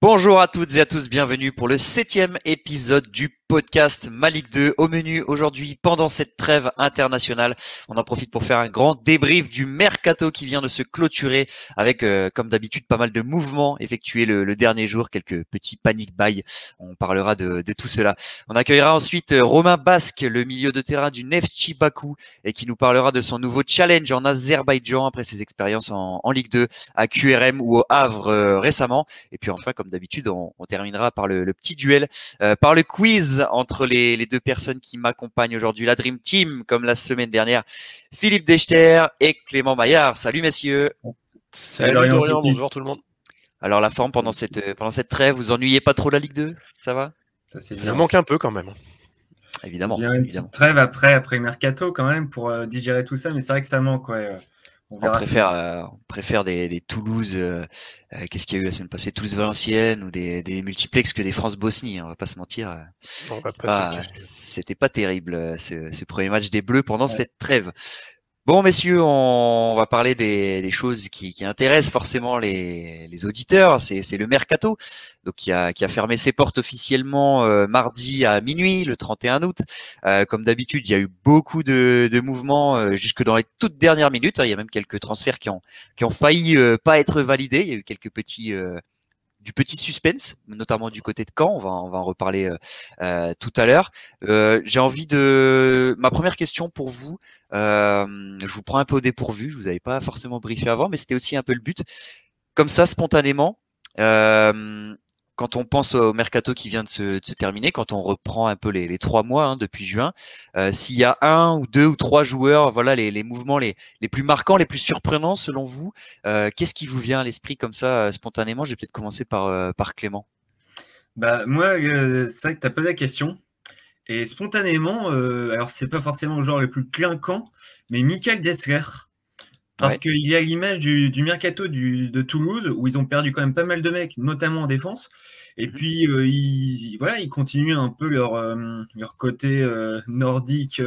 Bonjour à toutes et à tous, bienvenue pour le 7e épisode du podcast Ma Ligue 2. Au menu aujourd'hui, pendant cette trêve internationale, on en profite pour faire un grand débrief du mercato qui vient de se clôturer avec, comme d'habitude, pas mal de mouvements effectués le dernier jour, quelques petits panic buys. On parlera de tout cela. On accueillera ensuite Romain Basque, le milieu de terrain du Neftchi Bakou, et qui nous parlera de son nouveau challenge en Azerbaïdjan après ses expériences en Ligue 2 à QRM ou au Havre récemment. Et puis enfin, comme d'habitude, on terminera par le petit duel, par le quiz entre les deux personnes qui m'accompagnent aujourd'hui, la Dream Team, comme la semaine dernière, Philippe Dechter et Clément Maillard. Salut messieurs. Salut Dorian, bonjour tout le monde. Alors la forme pendant cette trêve, vous ennuyez pas trop la Ligue 2? Ça va? Ça me manque un peu quand même. Évidemment. Bien une petite trêve après Mercato quand même pour digérer tout ça, mais c'est vrai que ça manque, ouais. On préfère des Toulouse, qu'est-ce qu'il y a eu la semaine passée, Toulouse-Valenciennes ou des multiplex que des France-Bosnie, on va pas se mentir. On va pas se cacher. C'était pas terrible ce premier match des Bleus pendant cette trêve. Bon messieurs, on va parler des choses qui intéressent forcément les auditeurs. C'est le mercato, donc qui a fermé ses portes officiellement mardi à minuit, le 31 août. Comme d'habitude, il y a eu beaucoup de mouvements jusque dans les toutes dernières minutes. Il y a même quelques transferts qui ont failli pas être validés. Il y a eu quelques du petit suspense, notamment du côté de Caen. On va en reparler tout à l'heure. J'ai envie ma première question pour vous. Je vous prends un peu au dépourvu. Je vous avais pas forcément briefé avant, mais c'était aussi un peu le but. Comme ça, spontanément, quand on pense au mercato qui vient de se terminer, quand on reprend un peu les 3 mois depuis juin, s'il y a un ou deux ou trois joueurs, voilà les mouvements les plus marquants, les plus surprenants selon vous, qu'est-ce qui vous vient à l'esprit comme ça spontanément? Je vais peut-être commencer par Clément. Bah moi, c'est vrai que tu as posé la question. Et spontanément, alors c'est pas forcément le joueur le plus clinquant, mais Michael Dessler. Parce qu'il y a l'image du mercato de Toulouse, où ils ont perdu quand même pas mal de mecs, notamment en défense. Et puis, ils continuent un peu leur côté nordique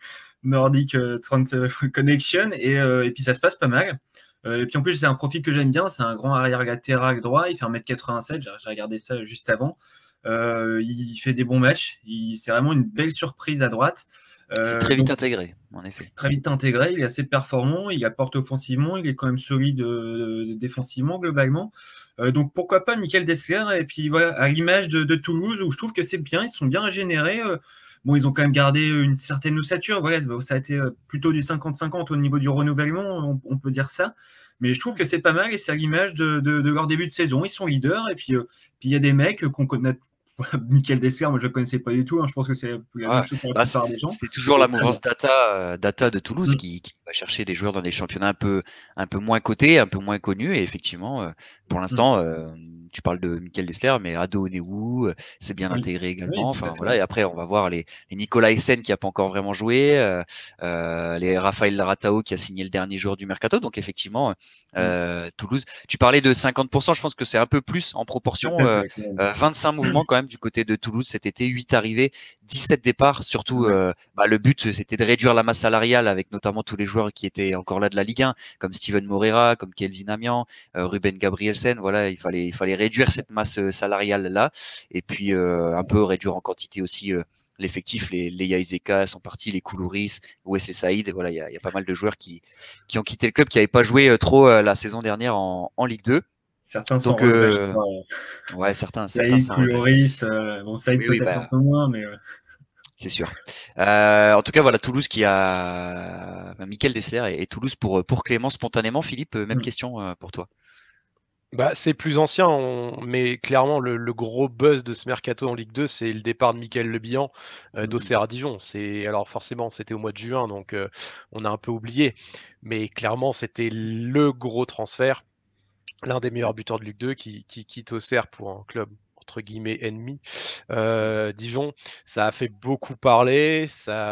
connection. Et puis, ça se passe pas mal. Et puis, en plus, c'est un profil que j'aime bien. C'est un grand arrière latéral droit. Il fait 1m87. J'ai regardé ça juste avant. Il fait des bons matchs. C'est vraiment une belle surprise à droite. C'est très vite intégré, en effet. C'est très vite intégré, il est assez performant, il apporte offensivement, il est quand même solide défensivement globalement. Donc pourquoi pas Michael Dessler, et puis voilà, à l'image de Toulouse, où je trouve que c'est bien, ils sont bien régénérés. Bon, ils ont quand même gardé une certaine ossature, voilà, ça a été plutôt du 50-50 au niveau du renouvellement, on peut dire ça. Mais je trouve que c'est pas mal, et c'est à l'image de leur début de saison, ils sont leaders, et puis il y a des mecs qu'on connaît. Michael Dessler, moi je ne connaissais pas du tout. Je pense que c'est la même chose pour la plupart des gens. C'est toujours la mouvance data de Toulouse qui va chercher des joueurs dans des championnats un peu moins cotés, un peu moins connus. Et effectivement, pour l'instant, tu parles de Michael Dessler, mais Ado Onyewu, c'est bien intégré également. Enfin voilà. Et après, on va voir les Nicolas Essen qui a pas encore vraiment joué, les Raphaël Laratao qui a signé le dernier jour du mercato. Donc effectivement, Toulouse. Tu parlais de 50%. Je pense que c'est un peu plus en proportion. 25 mouvements quand même du côté de Toulouse cet été, 8 arrivées, 17 départs. Surtout, le but, c'était de réduire la masse salariale avec notamment tous les joueurs qui étaient encore là de la Ligue 1, comme Steven Moreira, comme Kelvin Amian, Ruben Gabrielsen. Voilà, il fallait réduire cette masse salariale là, et puis un peu réduire en quantité aussi. L'effectif, les Yaizeka sont partis, les Koulouris, Wesley Saïd. Voilà, il y a pas mal de joueurs qui ont quitté le club, qui n'avaient pas joué trop la saison dernière en Ligue 2. Certains sont certains sont Koulouris, bon, Saïd peut-être un peu moins, mais c'est sûr. En tout cas, voilà, Toulouse qui a Michael Dessler et Toulouse pour Clément spontanément. Philippe, même question pour toi. C'est plus ancien, mais clairement le gros buzz de ce mercato en Ligue 2, c'est le départ de Mickaël Le Bihan d'Auxerre à Dijon. Alors forcément, c'était au mois de juin, donc on a un peu oublié, mais clairement, c'était le gros transfert, l'un des meilleurs buteurs de Ligue 2 qui quitte Auxerre pour un club entre guillemets ennemi. Dijon, ça a fait beaucoup parler,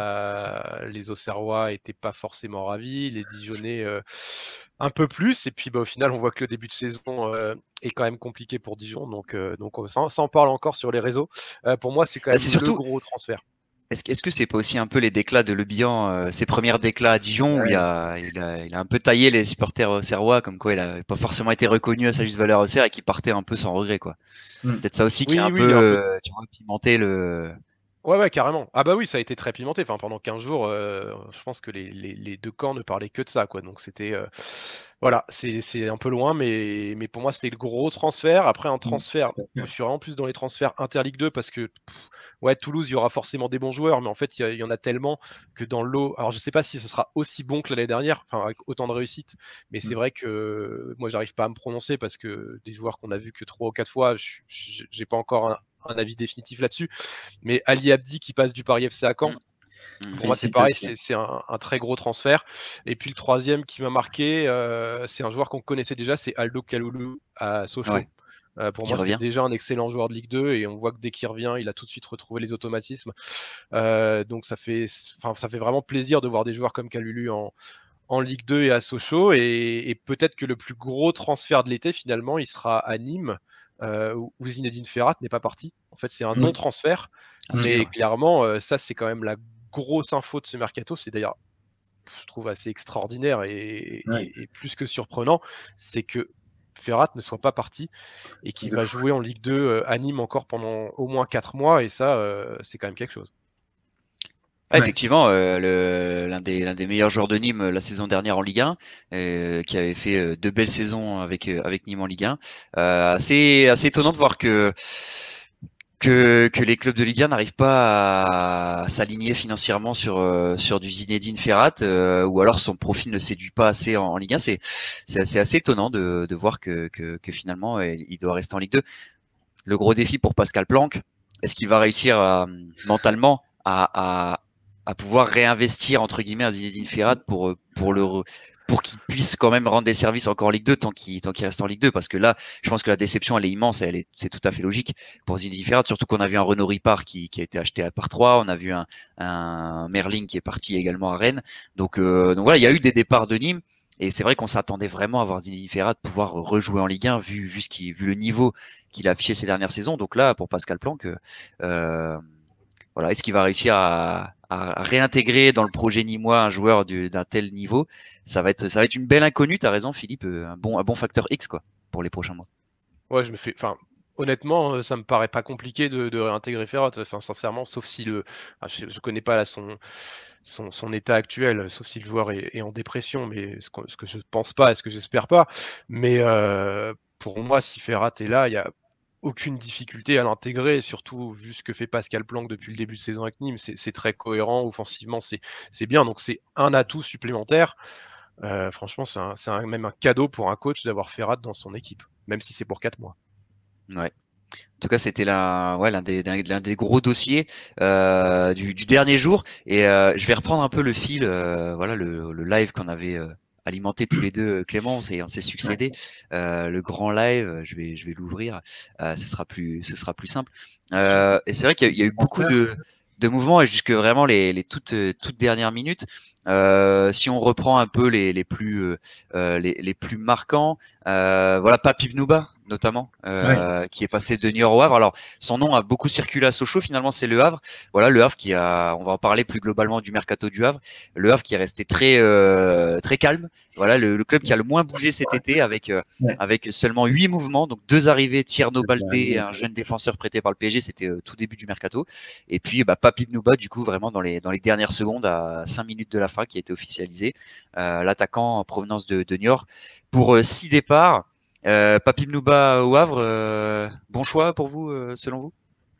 les Auxerrois n'étaient pas forcément ravis, les Dijonnais un peu plus, et puis au final on voit que le début de saison est quand même compliqué pour Dijon, donc ça en parle encore sur les réseaux. Pour moi c'est quand même surtout le gros transfert. Est-ce que c'est pas aussi un peu les déclats de Le Bihan, ses premières déclats à Dijon, où il a un peu taillé les supporters auxerrois, comme quoi il a pas forcément été reconnu à sa juste valeur au Auxerre et qui partait un peu sans regret, quoi. Peut-être ça aussi qui a un Oui, il y a un peu. peu, tu vois, pimenté le. Ouais, carrément. Ah bah oui, ça a été très pimenté. Enfin, pendant 15 jours, je pense que les 2 camps ne parlaient que de ça, quoi. Donc c'était, voilà, c'est un peu loin, mais pour moi, c'était le gros transfert. Après un transfert, moi, je suis vraiment plus dans les transferts Interligue 2 parce que, ouais, Toulouse, il y aura forcément des bons joueurs, mais en fait, il y en a tellement que dans le lot. Alors, je sais pas si ce sera aussi bon que l'année dernière, enfin, avec autant de réussite, mais c'est vrai que moi, j'arrive pas à me prononcer parce que des joueurs qu'on a vus que 3 ou 4 fois, j'ai pas encore un avis définitif là-dessus. Mais Ali Abdi qui passe du Paris FC à Caen, pour moi c'est pareil, c'est un très gros transfert. Et puis le troisième qui m'a marqué, c'est un joueur qu'on connaissait déjà, c'est Aldo Kaloulou à Sochaux. Ouais, Pour qui moi, c'est revient. déjà un excellent joueur de Ligue 2 et on voit que dès qu'il revient, il a tout de suite retrouvé les automatismes. Donc ça fait vraiment plaisir de voir des joueurs comme Kalulu en Ligue 2 et à Sochaux. Et peut-être que le plus gros transfert de l'été, finalement, il sera à Nîmes, où Zinedine Ferrat n'est pas parti. En fait, c'est un non-transfert. Mais clairement, ça, c'est quand même la grosse info de ce mercato. C'est d'ailleurs, je trouve, assez extraordinaire et plus que surprenant. C'est que Ferrat ne soit pas parti et qu'il va jouer en Ligue 2 à Nîmes encore pendant au moins 4 mois. Et ça, c'est quand même quelque chose. Ah, effectivement, l'un des meilleurs joueurs de Nîmes la saison dernière en Ligue 1, qui avait fait 2 belles saisons avec Nîmes en Ligue 1. Assez étonnant de voir que les clubs de Ligue 1 n'arrivent pas à s'aligner financièrement sur du Zinedine Ferrat, ou alors son profil ne séduit pas assez en Ligue 1. C'est assez étonnant de voir que finalement il doit rester en Ligue 2. Le gros défi pour Pascal Planck, est-ce qu'il va réussir mentalement à pouvoir réinvestir entre guillemets un Zinedine Ferrat pour qu'il puisse quand même rendre des services encore en Ligue 2 tant qu'il reste en Ligue 2, parce que là je pense que la déception elle est immense, c'est tout à fait logique pour Zinedine Ferrat, surtout qu'on a vu un Renaud Ripard qui a été acheté à par 3, on a vu un Merling qui est parti également à Rennes, donc voilà, il y a eu des départs de Nîmes. Et c'est vrai qu'on s'attendait vraiment à voir Zinedine Ferrat pouvoir rejouer en Ligue 1 vu le niveau qu'il a affiché ces dernières saisons. Donc là, pour Pascal Planck, voilà, est-ce qu'il va réussir à réintégrer dans le projet nîmois un joueur d'un tel niveau? Ça va être une belle inconnue. T'as raison, Philippe, un bon facteur X quoi pour les prochains mois. Ouais, honnêtement, ça me paraît pas compliqué de réintégrer Ferrat. Enfin, sincèrement, sauf si je connais pas là son état actuel, sauf si le joueur est en dépression, mais ce que je pense pas, et ce que j'espère pas. Mais pour moi, si Ferrat est là, il y a aucune difficulté à l'intégrer, surtout vu ce que fait Pascal Planck depuis le début de saison avec Nîmes. C'est très cohérent, offensivement, c'est bien. Donc c'est un atout supplémentaire. Franchement, c'est même un cadeau pour un coach d'avoir Ferrat dans son équipe, même si c'est pour 4 mois. Ouais. En tout cas, c'était l'un des gros dossiers du dernier jour. Et je vais reprendre un peu le fil, voilà, le live qu'on avait alimenté tous les deux, Clément, on s'est succédé. Le grand live, je vais l'ouvrir. Ce sera plus simple. Et c'est vrai qu'il y a eu beaucoup de mouvements et jusque vraiment les toutes dernières minutes. Si on reprend un peu les plus marquants, voilà, Papi Bnouba notamment, qui est passé de Niort au Havre. Alors son nom a beaucoup circulé à Sochaux, finalement c'est Le Havre. Voilà, Le Havre on va en parler plus globalement du mercato du Havre. Le Havre qui est resté très calme. Voilà, le club qui a le moins bougé cet été avec seulement 8 mouvements, donc 2 arrivées, Tierno Baldé, un jeune défenseur prêté par le PSG, c'était tout début du mercato. Et puis Papi Bnouba, du coup vraiment dans les dernières secondes, à 5 minutes de la fin, qui a été officialisé, l'attaquant en provenance de Niort pour 6 départs. Papi Bnouba au Havre, bon choix pour vous, selon vous?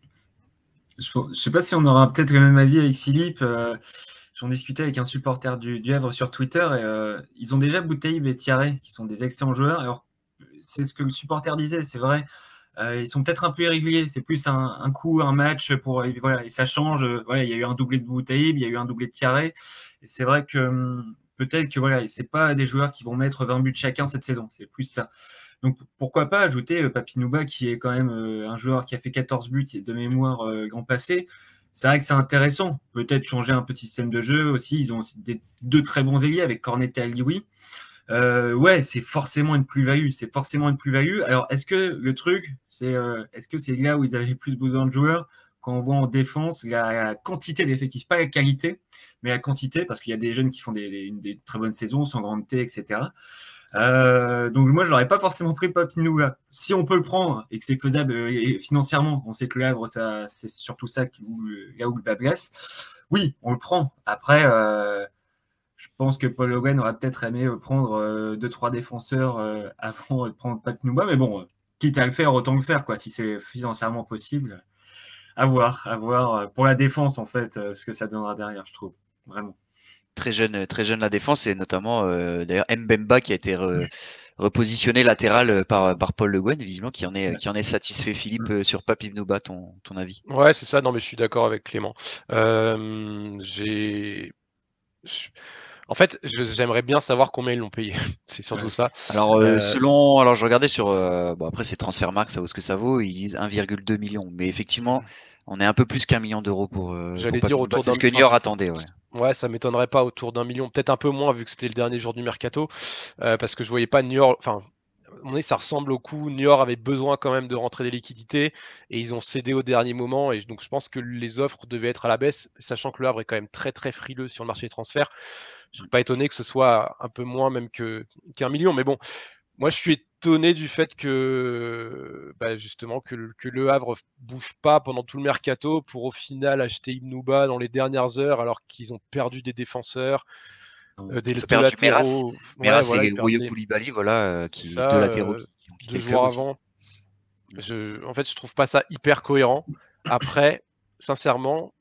Je ne sais pas si on aura peut-être le même avis avec Philippe. J'en discutais avec un supporter du Havre sur Twitter et ils ont déjà Boutaïb et Thierry, qui sont des excellents joueurs. Alors, c'est ce que le supporter disait, c'est vrai. Ils sont peut-être un peu irréguliers. C'est plus un coup, un match voilà, et ça change. Voilà, il y a eu un doublé de Boutaïb, il y a eu un doublé de Thierry. Et c'est vrai que peut-être que voilà, c'est pas des joueurs qui vont mettre 20 buts chacun cette saison. C'est plus ça. Donc pourquoi pas ajouter Papi Bnouba, qui est quand même un joueur qui a fait 14 buts de mémoire l'an passé. C'est vrai que c'est intéressant. Peut-être changer un peu de système de jeu aussi. Ils ont aussi deux très bons ailiers avec Cornet et Alioui. Ouais, c'est forcément une plus-value. C'est forcément une plus-value. Alors, est-ce que le truc, est-ce que c'est là où ils avaient plus besoin de joueurs quand on voit en défense la quantité d'effectifs, pas la qualité, mais la quantité, parce qu'il y a des jeunes qui font des très bonnes saisons, sans grande T, etc. Donc moi, je n'aurais pas forcément pris Papinou. Si on peut le prendre et que c'est faisable financièrement, on sait que le Havre, c'est surtout ça là où le bas blesse. Oui, on le prend. Après, je pense que Paul Le Guen aurait peut-être aimé prendre 2-3 défenseurs avant de prendre Papinou. Mais bon, quitte à le faire, autant le faire, quoi, si c'est financièrement possible. À voir pour la défense, en fait, ce que ça donnera derrière, je trouve. Vraiment. Très jeune la défense, et notamment d'ailleurs Mbemba qui a été repositionné latéral par Paul Le Guen, visiblement qui en est satisfait. Philippe, sur Pape Ibnouba, ton avis? Ouais, c'est ça. Non, mais je suis d'accord avec Clément. En fait, j'aimerais bien savoir combien ils l'ont payé. C'est surtout ça. Alors, je regardais sur, bon après c'est Transfermarkt, ça vaut ce que ça vaut, ils disent 1,2 million. Mais effectivement, on est un peu plus qu'1 million d'euros pour J'allais Pape dire Ibnouba. autour C'est ce d'un que Niort attendait, ouais. Ouais, ça m'étonnerait pas autour d'1 million, peut-être un peu moins vu que c'était le dernier jour du mercato, parce que je voyais pas Niort, enfin, à un moment donné, ça ressemble au coup. Niort avait besoin quand même de rentrer des liquidités et ils ont cédé au dernier moment, et donc je pense que les offres devaient être à la baisse, sachant que le Havre est quand même très, très frileux sur le marché des transferts. Je serais pas étonné que ce soit un peu moins même qu'1 million, mais bon, moi, je suis étonné du fait que, justement, que le Havre bouge pas pendant tout le mercato pour au final acheter Ibnouba dans les dernières heures, alors qu'ils ont perdu des défenseurs, des Ils ont 2 perdu Meras. latéraux. Ouais, Meras voilà, et ils perdent Woyo Koulibaly, voilà, c'est qui 2 ça, latéraux qui ont quitté 2 le club joueurs aussi. avant. En fait, je trouve pas ça hyper cohérent. Après, sincèrement,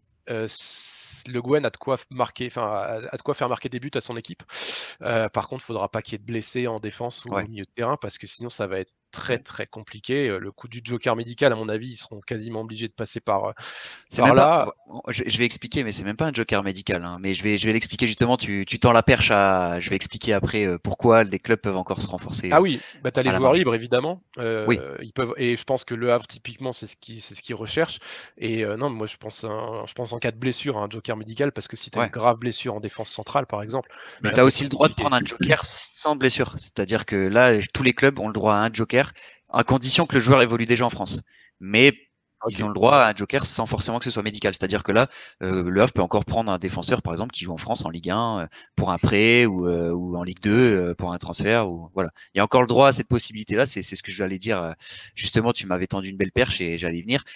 Le Guen a de quoi marquer, enfin, a de quoi faire marquer des buts à son équipe. Par contre, il faudra pas qu'il y ait de blessés en défense ou Ouais. au milieu de terrain, parce que sinon ça va être très, très compliqué. Le coup du joker médical, à mon avis, ils seront quasiment obligés de passer par C'est même pas. là. Je vais expliquer, mais c'est même pas un joker médical, hein. Mais je vais l'expliquer justement. Tu tends la perche à. Je vais expliquer après pourquoi les clubs peuvent encore se renforcer Ah oui, tu as les à la joueurs marge. libres évidemment, Oui. ils peuvent, et je pense que Le Havre typiquement c'est ce qu'ils recherchent, et non, moi je pense en cas de blessure à un joker médical, parce que si tu as une Ouais. grave blessure en défense centrale par exemple, Mais ça tu as peut aussi être le droit de compliqué. prendre un joker sans blessure. C'est-à-dire que là, tous les clubs ont le droit à un joker, à condition que le joueur évolue déjà en France. Mais ils OK. ont le droit à un joker sans forcément que ce soit médical. C'est-à-dire que là, Le Havre peut encore prendre un défenseur, par exemple, qui joue en France en Ligue 1 pour un prêt, ou en Ligue 2 pour un transfert. Ou voilà, il y a encore le droit à cette possibilité-là. C'est ce que je allais dire. Justement, tu m'avais tendu une belle perche et j'allais y venir.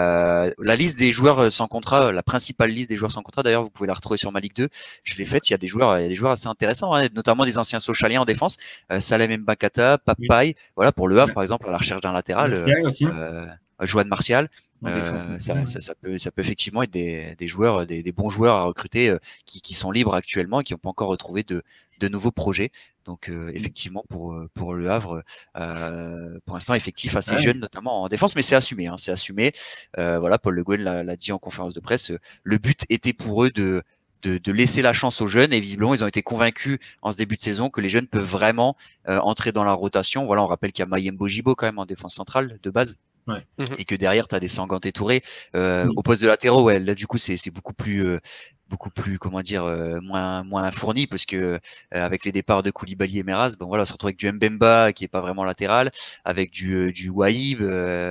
La liste des joueurs sans contrat, la principale liste des joueurs sans contrat, d'ailleurs, vous pouvez la retrouver sur ma Ligue 2. Je l'ai faite. Il y a des joueurs assez intéressants, hein, notamment des anciens Sochaliens en défense. Salem Mbakata, Papaye. Voilà, pour Le Havre, par exemple, à la recherche d'un latéral. Martial aussi. Joan Martial, En défense. ça peut effectivement être des joueurs, des bons joueurs à recruter qui sont libres actuellement et qui n'ont pas encore retrouvé de nouveaux projets. Donc effectivement pour Le Havre, pour l'instant effectif assez jeune, notamment en défense, mais c'est assumé, hein, c'est assumé. Voilà, Paul Le Guen l'a dit en conférence de presse. Le but était pour eux de laisser la chance aux jeunes, et visiblement ils ont été convaincus en ce début de saison que les jeunes peuvent vraiment entrer dans la rotation. Voilà, on rappelle qu'il y a Mayembo Jibo quand même en défense centrale de base. Ouais. Et que derrière tu as des Sanganté Touré au poste de latéraux. Ouais, là du coup c'est beaucoup plus comment dire, moins fourni, parce que avec les départs de Koulibaly et Meras, bon voilà, on se retrouve avec du Mbemba qui est pas vraiment latéral, avec du Wahib,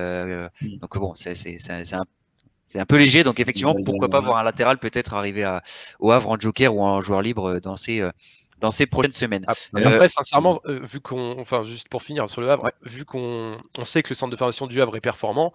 donc bon c'est un peu léger. Donc effectivement, pourquoi pas voir un latéral peut-être arriver au Havre en joker ou en joueur libre dans ces prochaines semaines. Après, sincèrement, vu enfin, juste pour finir sur Le Havre, Ouais. vu qu'on sait que le centre de formation du Havre est performant,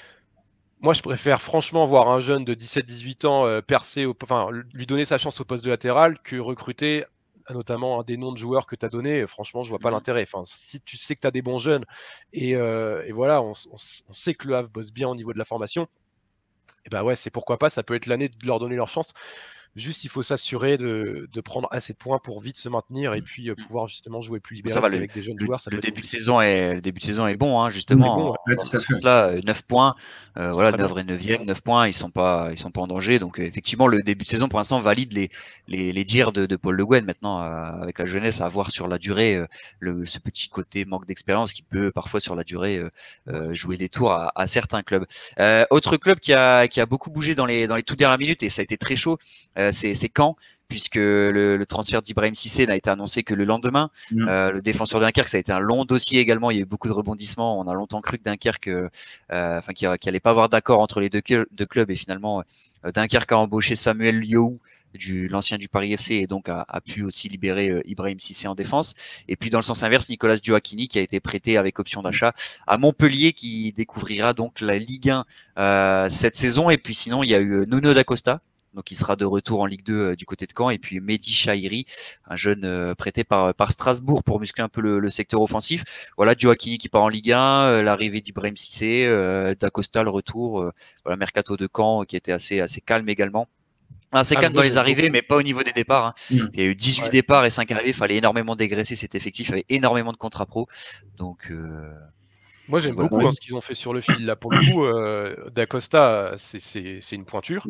moi je préfère franchement voir un jeune de 17-18 ans percer, enfin, lui donner sa chance au poste de latéral, que recruter notamment un des noms de joueurs que tu as donné. Franchement, je vois pas l'intérêt. Enfin, si tu sais que tu as des bons jeunes, et voilà, on sait que Le Havre bosse bien au niveau de la formation, et ouais, c'est pourquoi pas, ça peut être l'année de leur donner leur chance. Juste, il faut s'assurer de prendre assez de points pour vite se maintenir, et puis pouvoir justement jouer plus libéré, Ça va, parce qu'avec des jeunes joueurs, ça peut le être début de compliqué. saison est bon, hein, justement. bon, Dans ce sens-là, 9 points. Voilà, très bien. 9 et 9e, 9 points, ils sont pas en danger. Donc effectivement, le début de saison pour l'instant valide les dires de Paul Le Guen. Maintenant, avec la jeunesse, à voir sur la durée, ce petit côté manque d'expérience qui peut parfois sur la durée jouer des tours à certains clubs. Autre club qui a beaucoup bougé dans les toutes dernières minutes, et ça a été très chaud, c'est Caen. puisque le transfert d'Ibrahim Cissé n'a été annoncé que le lendemain. Le défenseur de Dunkerque, ça a été un long dossier également. Il y a eu beaucoup de rebondissements. On a longtemps cru que Dunkerque, qu'il allait pas avoir d'accord entre les deux clubs, et finalement Dunkerque a embauché Samuel Liou, l'ancien du Paris FC, et donc a pu aussi libérer Ibrahim Cissé en défense. Et puis dans le sens inverse, Nicolas Gioacchini qui a été prêté avec option d'achat à Montpellier, qui découvrira donc la Ligue 1 cette saison. Et puis sinon, il y a eu Nuno da Costa, donc il sera de retour en Ligue 2 du côté de Caen, et puis Mehdi Chahiri, un jeune prêté par Strasbourg pour muscler un peu le secteur offensif. Voilà, Gioacchini qui part en Ligue 1, l'arrivée d'Ibrahim Cissé, da Costa le retour, voilà, mercato de Caen qui était assez calme également. Assez calme dans les arrivées, mais pas au niveau des départs. Hein. Il y a eu 18 départs et 5 arrivées. Il fallait énormément dégraisser cet effectif. Il y avait énormément de contrats pro. Donc, moi, j'aime beaucoup ce qu'ils ont fait sur le fil. Là, pour le coup, Da Costa, c'est une pointure.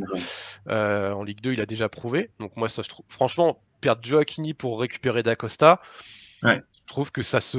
En Ligue 2, il a déjà prouvé. Donc, moi, ça, je trouve, franchement, perdre Gioacchini pour récupérer Da Costa, je trouve que ça se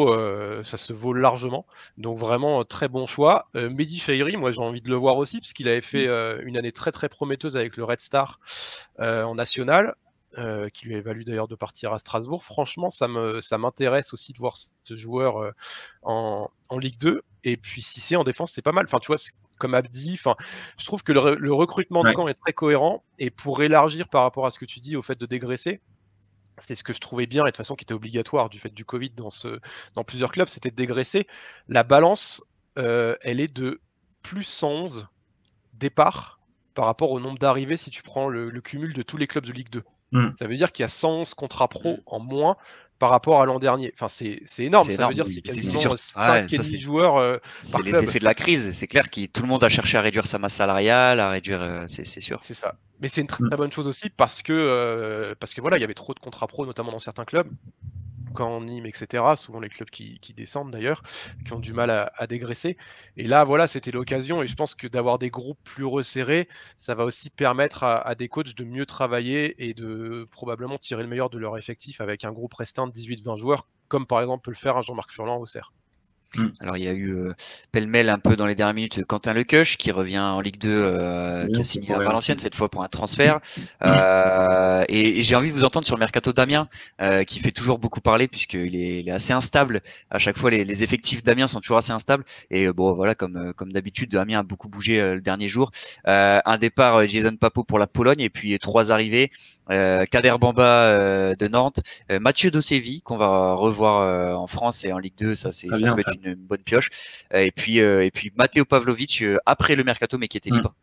vaut largement. Donc, vraiment, très bon choix. Mehdi Chahiri, moi, j'ai envie de le voir aussi, parce qu'il avait fait une année très, très prometteuse avec le Red Star en national. Qui lui a valu d'ailleurs de partir à Strasbourg. Franchement, ça m'intéresse aussi de voir ce joueur en Ligue 2. Et puis Cissé en défense, c'est pas mal. Enfin, tu vois, comme Abdi, je trouve que le recrutement de Caen est très cohérent. Et pour élargir par rapport à ce que tu dis au fait de dégraisser, c'est ce que je trouvais bien et de toute façon qui était obligatoire du fait du Covid dans plusieurs clubs, c'était de dégraisser. La balance, elle est de plus 111 départs par rapport au nombre d'arrivées si tu prends le cumul de tous les clubs de Ligue 2. Ça veut dire qu'il y a 111 contrats pro en moins par rapport à l'an dernier. Enfin, c'est énorme. Ça veut dire que c'est quasiment 5,5 joueurs c'est par les club. effets de la crise. C'est clair que tout le monde a cherché à réduire sa masse salariale, à réduire. C'est sûr. C'est ça. Mais c'est une très bonne chose aussi parce que voilà, il y avait trop de contrats pro, notamment dans certains clubs. Caen, Nîmes, etc. Souvent les clubs qui descendent d'ailleurs, qui ont du mal à dégraisser. Et là, voilà, c'était l'occasion. Et je pense que d'avoir des groupes plus resserrés, ça va aussi permettre à des coachs de mieux travailler et de probablement tirer le meilleur de leur effectif avec un groupe restreint de 18-20 joueurs, comme par exemple peut le faire un Jean-Marc Furlan au Auxerre. Alors il y a eu pêle-mêle un peu dans les dernières minutes Quentin Lequeuch qui revient en Ligue 2, qui a signé à Valenciennes cette fois pour un transfert. Et j'ai envie de vous entendre sur le mercato d'Amiens, qui fait toujours beaucoup parler puisqu'il est assez instable. À chaque fois, les effectifs d'Amiens sont toujours assez instables. Et bon, voilà, comme d'habitude, Amiens a beaucoup bougé le dernier jour. Un départ Jason Papo pour la Pologne et puis 3 arrivées. Kader Bamba de Nantes, Mathieu Dossevi qu'on va revoir en France et en Ligue 2, ça peut être une bonne pioche, et puis Matteo Pavlovic après le mercato mais qui était libre,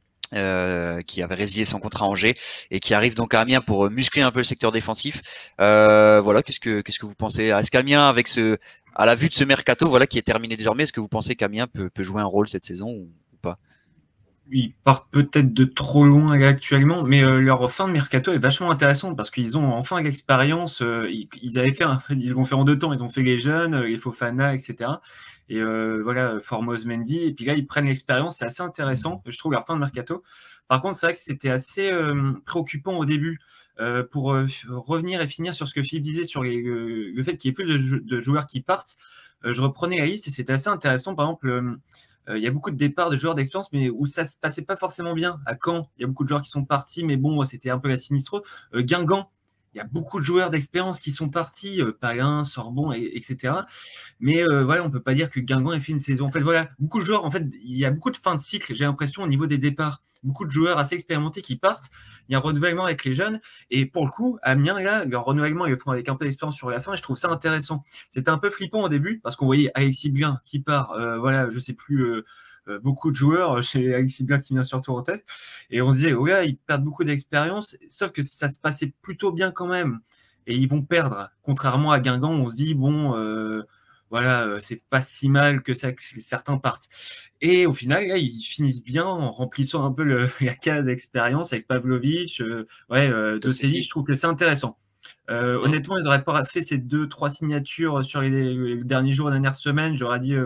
qui avait résilié son contrat à Angers et qui arrive donc à Amiens pour muscler un peu le secteur défensif. Voilà, qu'est-ce que vous pensez? Est-ce qu'Amiens, à la vue de ce mercato, voilà, qui est terminé désormais, est-ce que vous pensez qu'Amiens peut jouer un rôle cette saison ou pas? Ils partent peut-être de trop loin actuellement, mais leur fin de mercato est vachement intéressante parce qu'ils ont enfin l'expérience. Ils l'ont fait en 2 temps. Ils ont fait les jeunes, les Fofana, etc. Et voilà, Formose Mendy. Et puis là, ils prennent l'expérience. C'est assez intéressant, je trouve, leur fin de mercato. Par contre, c'est vrai que c'était assez préoccupant au début. Pour revenir et finir sur ce que Philippe disait sur le fait qu'il y ait plus de joueurs qui partent, je reprenais la liste et c'était assez intéressant. Par exemple, il y a beaucoup de départs de joueurs d'expérience, mais où ça se passait pas forcément bien. À Caen, il y a beaucoup de joueurs qui sont partis, mais bon, c'était un peu la sinistre. Guingamp, il y a beaucoup de joueurs d'expérience qui sont partis, Palin, Sorbon, etc. Mais voilà, on peut pas dire que Guingamp ait fait une saison. En fait, voilà, beaucoup de joueurs. En fait, il y a beaucoup de fin de cycle. J'ai l'impression au niveau des départs, beaucoup de joueurs assez expérimentés qui partent. Il y a un renouvellement avec les jeunes. Et pour le coup, Amiens, là, leur renouvellement, ils le font avec un peu d'expérience sur la fin. Et je trouve ça intéressant. C'était un peu flippant au début parce qu'on voyait Alexis Blin qui part. Voilà, je sais plus. Beaucoup de joueurs, chez Alexis Blin qui vient surtout en tête, et on se disait, ouais, ils perdent beaucoup d'expérience, sauf que ça se passait plutôt bien quand même, et ils vont perdre, contrairement à Guingamp, on se dit, bon, voilà, c'est pas si mal que certains partent. Et au final, là, ils finissent bien en remplissant un peu la case d'expérience avec Pavlovic, Dossevi, je trouve que c'est intéressant. Honnêtement, ils n'auraient pas fait ces 2-3 signatures sur les derniers jours, les dernières semaines, j'aurais dit,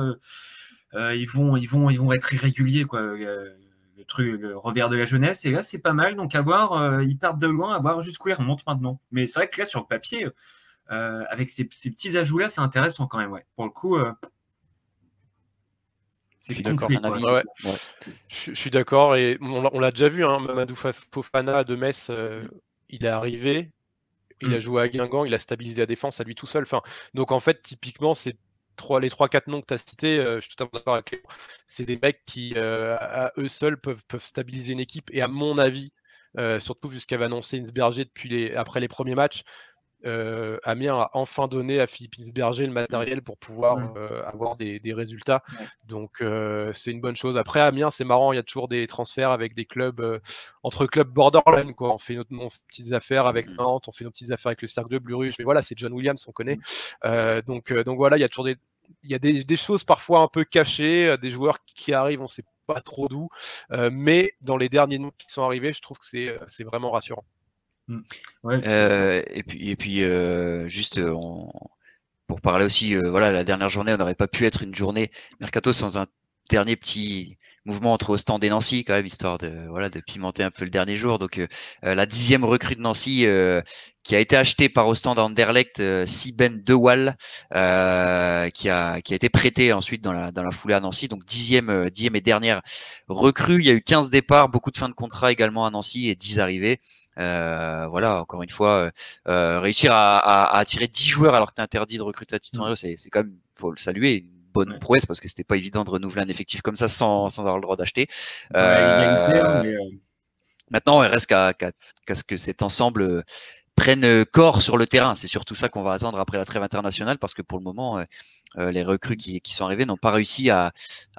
ils vont être irréguliers, quoi. Le revers de la jeunesse, et là c'est pas mal, donc à voir, ils partent de loin, à voir jusqu'où ils remontent maintenant. Mais c'est vrai que là sur le papier, avec ces petits ajouts là, c'est intéressant quand même, ouais. Pour le coup, c'est complet, je suis d'accord, et on l'a déjà vu, hein, Mamadou Fofana de Metz il est arrivé, il a joué à Guingamp, il a stabilisé la défense à lui tout seul. Enfin, donc en fait, typiquement, les 3-4 noms que tu as cités, je suis totalement d'accord avec toi. C'est des mecs qui, à eux seuls, peuvent stabiliser une équipe. Et à mon avis, surtout vu ce qu'avait annoncé Insberger après les premiers matchs, Amiens a enfin donné à Philippe Insberger le matériel pour pouvoir avoir des résultats. Ouais. Donc c'est une bonne chose. Après, Amiens, c'est marrant, il y a toujours des transferts avec des clubs, entre clubs borderline, quoi. On fait nos petites affaires avec Nantes, on fait nos petites affaires avec le Cercle de Bruges, mais voilà, c'est John Williams, on connaît. Donc voilà, il y a toujours des choses parfois un peu cachées, des joueurs qui arrivent, on sait pas trop d'où, mais dans les derniers noms qui sont arrivés, je trouve que c'est vraiment rassurant. Ouais, et puis juste pour parler aussi, voilà, la dernière journée, on n'aurait pas pu être une journée mercato sans un dernier petit mouvement entre Ostende et Nancy, quand même, histoire de pimenter un peu le dernier jour. Donc la 10e recrue de Nancy qui a été achetée par Ostende à Anderlecht, Siben De Waal, qui a été prêté ensuite dans la foulée à Nancy. Donc 10e et dernière recrue. Il y a eu 15 départs, beaucoup de fins de contrat également à Nancy et 10 arrivées. Voilà, encore une fois, réussir à attirer 10 joueurs alors que tu es interdit de recruter à titre onéreux, c'est quand même, faut le saluer, une bonne prouesse parce que c'était pas évident de renouveler un effectif comme ça sans avoir le droit d'acheter. Maintenant, il reste qu'à ce que cet ensemble prenne corps sur le terrain. C'est surtout ça qu'on va attendre après la trêve internationale parce que pour le moment, les recrues qui sont arrivées n'ont pas réussi à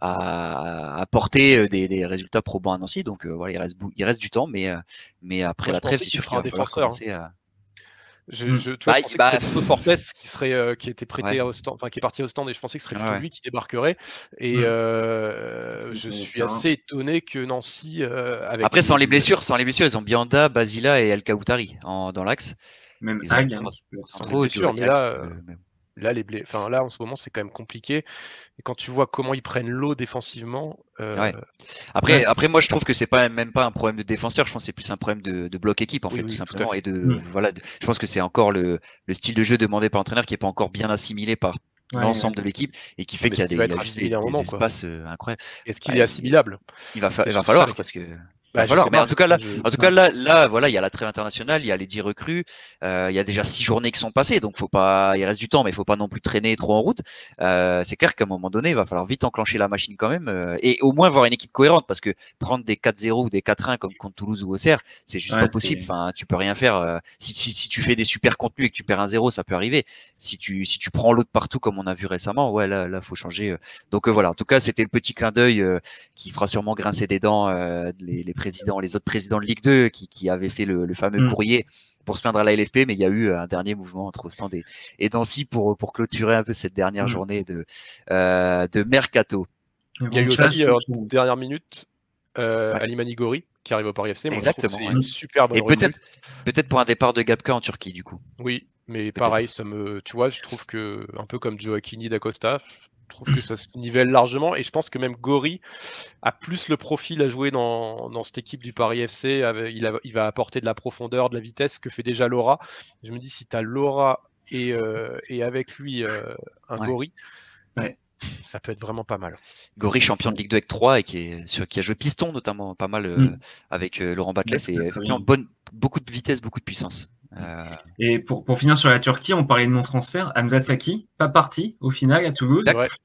apporter des résultats probants à Nancy. Donc voilà, il reste du temps, mais après la trêve, c'est sûr qu'il va falloir commencer à. Tu vois, je pensais que ce serait plutôt Fortes qui était prêté à Ostende, enfin qui est parti à Ostende, et je pensais que ce serait plutôt lui qui débarquerait. Et je suis assez étonné que Nancy. Après, sans les blessures, ils ont Bianda, Basila et El Kaoutari dans l'axe. Même Ag, un petit peu. Sans les blessures, mais là, en ce moment, c'est quand même compliqué. Et quand tu vois comment ils prennent l'eau défensivement. Après, moi, je trouve que c'est même pas un problème de défenseur. Je pense que c'est plus un problème de bloc équipe, en fait, tout simplement. Et je pense que c'est encore le style de jeu demandé par l'entraîneur qui est pas encore bien assimilé par l'ensemble de l'équipe et qui fait qu'il y a juste des espaces incroyables. Est-ce qu'il est assimilable? Il va falloir parce que. Mais en tout cas là, voilà, il y a la trêve internationale, il y a les 10 recrues, il y a déjà 6 journées qui sont passées, donc il reste du temps, mais il faut pas non plus traîner trop en route. C'est clair qu'à un moment donné, il va falloir vite enclencher la machine quand même, et au moins voir une équipe cohérente, parce que prendre des 4-0 ou des 4-1 comme contre Toulouse ou Auxerre, c'est juste pas possible. Enfin, tu peux rien faire. Si tu fais des super contenus et que tu perds 1-0, ça peut arriver. Si tu prends l'autre partout comme on a vu récemment, là faut changer. Donc voilà, en tout cas, c'était le petit clin d'œil qui fera sûrement grincer des dents les autres présidents de Ligue 2 qui avaient fait le fameux courrier pour se plaindre à la LFP, mais il y a eu un dernier mouvement entre Ostende et Nancy pour clôturer un peu cette dernière journée de mercato. Il y a eu aussi dernière minute Alimani Gori qui arrive au Paris FC. Moi, exactement. C'est une super bonne et peut-être pour un départ de Gapka en Turquie du coup. Oui, mais pareil, tu vois, je trouve que un peu comme Joaquini d'Acosta, je trouve que ça se nivelle largement, et je pense que même Gori a plus le profil à jouer dans cette équipe du Paris FC. Il va apporter de la profondeur, de la vitesse que fait déjà Laura. Je me dis, si tu as Laura et avec lui un Gori, ça peut être vraiment pas mal. Gori, champion de Ligue 2 avec 3 et qui a joué piston notamment pas mal avec Laurent Batles, et effectivement beaucoup de vitesse, beaucoup de puissance. Et pour finir sur la Turquie, on parlait de non-transfert. Hamza Saki, pas parti au final à Toulouse.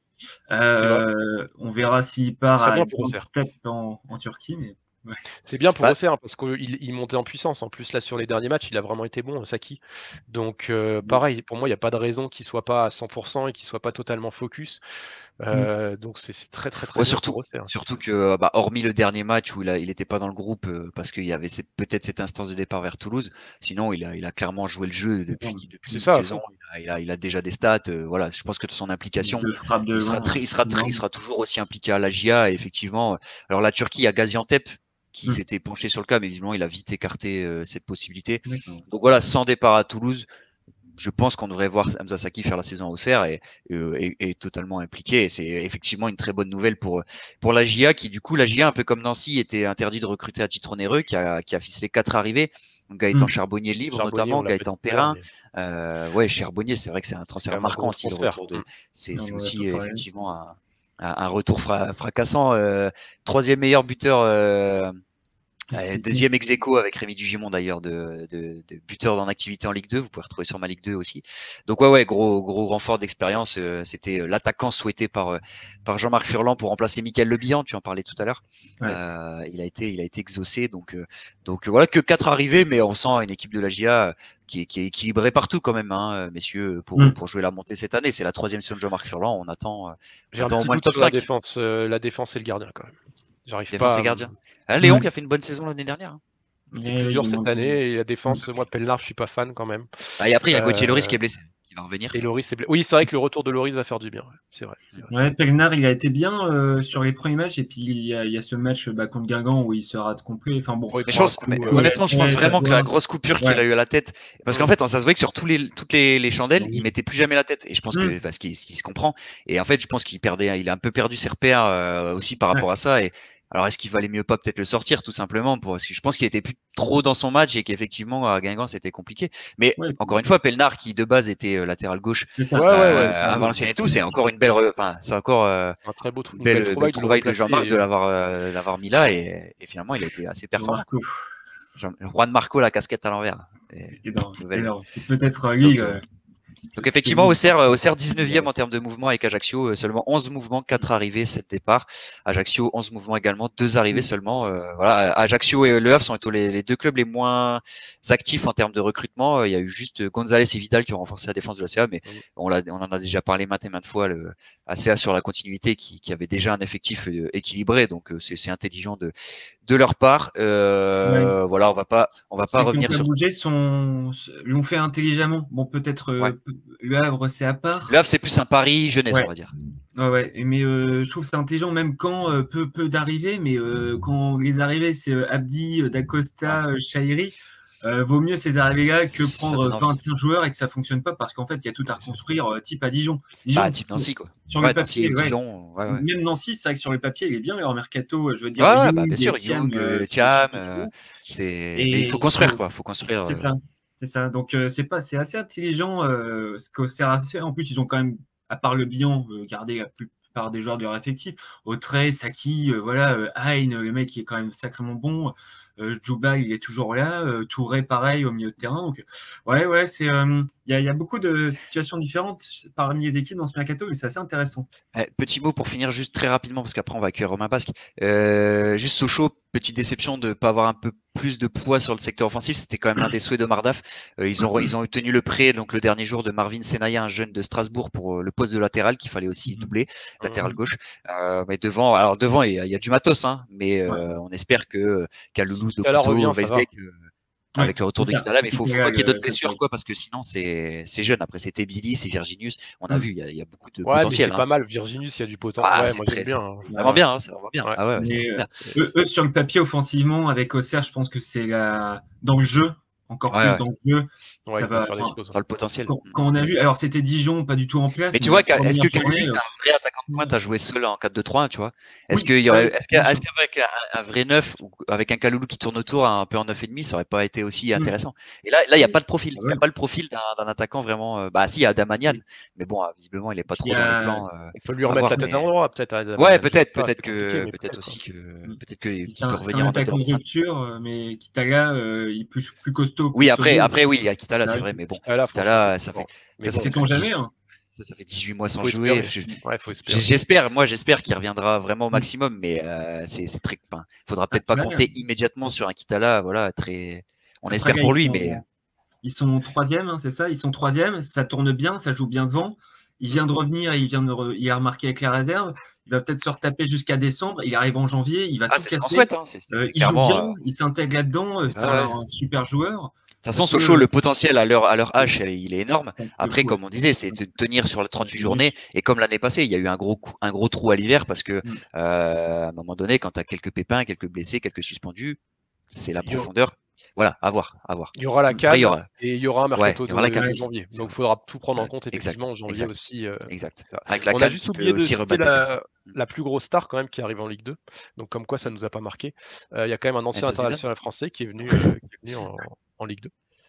On verra s'il part à step en Turquie. Mais... C'est bien pour Auxerre parce qu'il montait en puissance. En plus, là, sur les derniers matchs, il a vraiment été bon, Saki. Donc, pareil, pour moi, il n'y a pas de raison qu'il ne soit pas à 100% et qu'il ne soit pas totalement focus. Donc c'est très très très surtout que hormis le dernier match où il était pas dans le groupe parce qu'il y avait peut-être cette instance de départ vers Toulouse, sinon il a clairement joué le jeu depuis une saison. Il a déjà des stats, voilà, je pense que de son implication il sera toujours aussi impliqué à la GIA. Et effectivement, alors la Turquie, a Gaziantep qui s'était penché sur le cas, mais visiblement il a vite écarté cette possibilité. Donc voilà, sans départ à Toulouse, je pense qu'on devrait voir Hamza Saki faire la saison au Auxerre et totalement impliqué. Et c'est effectivement une très bonne nouvelle pour la GIA, qui du coup, la GIA, un peu comme Nancy, était interdit de recruter à titre onéreux, qui a ficelé 4 arrivés. Donc, Gaëtan Charbonnier libre, notamment, Gaëtan Perrin. Charbonnier, c'est vrai que c'est un transfert marquant aussi. C'est aussi effectivement un retour fracassant. 3e meilleur buteur Deuxième ex-aequo avec Rémi Dugimon d'ailleurs de buteur en activité en Ligue 2. Vous pouvez retrouver sur ma Ligue 2 aussi. Donc ouais, gros renfort d'expérience. C'était l'attaquant souhaité par Jean-Marc Furlan pour remplacer Mickaël Le Bihan. Tu en parlais tout à l'heure. Ouais. Il a été exaucé. Donc voilà, que 4 arrivées, mais on sent une équipe de la GIA qui est équilibrée partout quand même, hein, messieurs, pour jouer la montée cette année. C'est la 3e saison de Jean-Marc Furlan. On attend. J'ai un petit doute sur la défense et le gardien quand même. J'arrive pas. Gardien. Léon qui a fait une bonne saison l'année dernière. C'est plus dur cette année. Et la défense, moi, Pellenard, je suis pas fan quand même. Et après, il y a Gauthier Loris qui est blessé. Il va revenir. Et Loris oui, c'est vrai que le retour de Loris va faire du bien. C'est vrai. Ouais, Pellenard, il a été bien sur les premiers matchs. Et puis, il y a ce match contre Guingamp où il se rate complet. Enfin, bon. Honnêtement, je pense vraiment que la grosse coupure qu'il a eu à la tête. Parce qu'en fait, ça se voit que sur toutes les chandelles, il mettait plus jamais la tête. Et je pense que parce qu'il se comprend. Et en fait, je pense qu'il a un peu perdu ses repères aussi par rapport à ça. Et alors, est-ce qu'il valait mieux pas peut-être le sortir tout simplement parce que je pense qu'il était plus trop dans son match et qu'effectivement à Guingamp c'était compliqué. Mais encore une fois, Pellenard qui de base était latéral gauche à Valenciennes et tout, c'est encore une belle, c'est encore un très beau truc, une belle trouvaille de Jean-Marc de l'avoir mis là et finalement il a été assez performant. Juan Marco, la casquette à l'envers. Peut-être lui. Donc effectivement, Auxerre 19e en termes de mouvement avec Ajaccio, seulement 11 mouvements, 4 arrivées, 7 départs. Ajaccio 11 mouvements également, 2 arrivées seulement. Voilà, Ajaccio et Le Havre sont les 2 clubs les moins actifs en termes de recrutement. Il y a eu juste Gonzalez et Vidal qui ont renforcé la défense de la CA, mais on en a déjà parlé maintes et maintes fois. Le ACA sur la continuité qui avait déjà un effectif équilibré, donc c'est intelligent de leur part. Voilà, on va pas revenir sur. L'ont fait intelligemment. Bon, peut-être Le Havre, c'est à part. Le Havre, c'est plus un pari jeunesse, on va dire. Ouais, mais je trouve que c'est intelligent, même quand peu d'arrivées, mais quand les arrivées, c'est Abdi, Dacosta, Chahiri, vaut mieux ces arrivées-là que prendre 25 joueurs et que ça fonctionne pas parce qu'en fait, il y a tout à reconstruire type à Dijon. Type Nancy, quoi. Sur le papier, Dijon, même Nancy, c'est vrai que sur le papier, il est bien leur mercato, je veux dire. Bien sûr, Young, Thiam, mais il faut construire, quoi. Faut construire. C'est ça. Donc, c'est assez intelligent ce qu'Auxerre a fait. En plus, ils ont quand même, à part le bilan, gardé la plupart des joueurs de leur effectif. Autrey, Saki, Hein, le mec qui est quand même sacrément bon. Djouba, il est toujours là. Touré, pareil, au milieu de terrain. Donc, c'est il y a beaucoup de situations différentes parmi les équipes dans ce mercato, mais c'est assez intéressant. Petit mot pour finir juste très rapidement, parce qu'après on va accueillir Romain Basque. Juste Sochaux, petite déception de ne pas avoir un peu plus de poids sur le secteur offensif. C'était quand même l'un des souhaits de Mardaf. Ils ont obtenu le prêt donc le dernier jour de Marvin Senaya, un jeune de Strasbourg, pour le poste de latéral qu'il fallait aussi doubler, latéral gauche. Mais devant il y a du matos, hein, mais on espère que Kaloulou, Dokuto, Weisbeck, avec le retour de Kitala, mais il faut pas qu'il y ait d'autres blessures, quoi, parce que sinon c'est jeune. Après c'était Billy, c'est Virginius. On a vu, il y a beaucoup de potentiel. C'est pas mal, Virginius, il y a du potentiel. Moi j'aime bien. Vraiment bien, ça va bien. Eux, sur le papier offensivement, avec Auxerre, je pense que c'est dans le jeu. Encore plus dans le jeu. Dans le potentiel. Quand on a vu, alors c'était Dijon, pas du tout en place. Mais tu vois, est-ce que Kaloulou, c'est un vrai attaquant de pointe à jouer seul en 4-2-3, tu vois? Est-ce qu'avec un vrai neuf ou avec un Kaloulou qui tourne autour un peu en 9,5, ça aurait pas été aussi intéressant? Et là, il n'y a pas de profil. Il n'y a pas le profil d'un attaquant vraiment. Si, il y a Damanian, mais bon, visiblement, il n'est pas trop dans les plans. Il faut lui remettre la tête à l'endroit, peut-être. Ouais, peut-être qu'il peut revenir en attaquant de rupture, mais Kitala, il est plus costaud. Oui, après, oui, il y a Kitala, c'est vrai, mais bon, Kitala, ça fait. Ça fait 18 mois sans jouer. J'espère qu'il reviendra vraiment au maximum, mais c'est très. Faudra peut-être pas compter immédiatement sur un Kitala, voilà, très. On espère pour lui, mais. Ils sont 3e, c'est ça. Ils sont 3e, ça tourne bien, ça joue bien devant. Il vient de revenir, il a remarqué avec la réserve. Il va peut-être se retaper jusqu'à décembre. Il arrive en janvier, il va tout casser. C'est ce qu'on souhaite. Hein. Il joue bien, il s'intègre là-dedans. C'est un super joueur. De toute façon, Sochaux, le potentiel à leur âge, il est énorme. Après, comme on disait, c'est de tenir sur les 38 journées. Et comme l'année passée, il y a eu un gros trou à l'hiver parce que à un moment donné, quand tu as quelques pépins, quelques blessés, quelques suspendus, c'est la profondeur. Voilà, à voir. Il y aura la CAN et il y aura un mercato de janvier. Donc il faudra tout prendre en compte effectivement en janvier aussi. Exact. On a juste oublié de citer la plus grosse star quand même qui arrive en Ligue 2. Donc comme quoi ça nous a pas marqué. Il y a quand même un ancien international français qui est venu en Ligue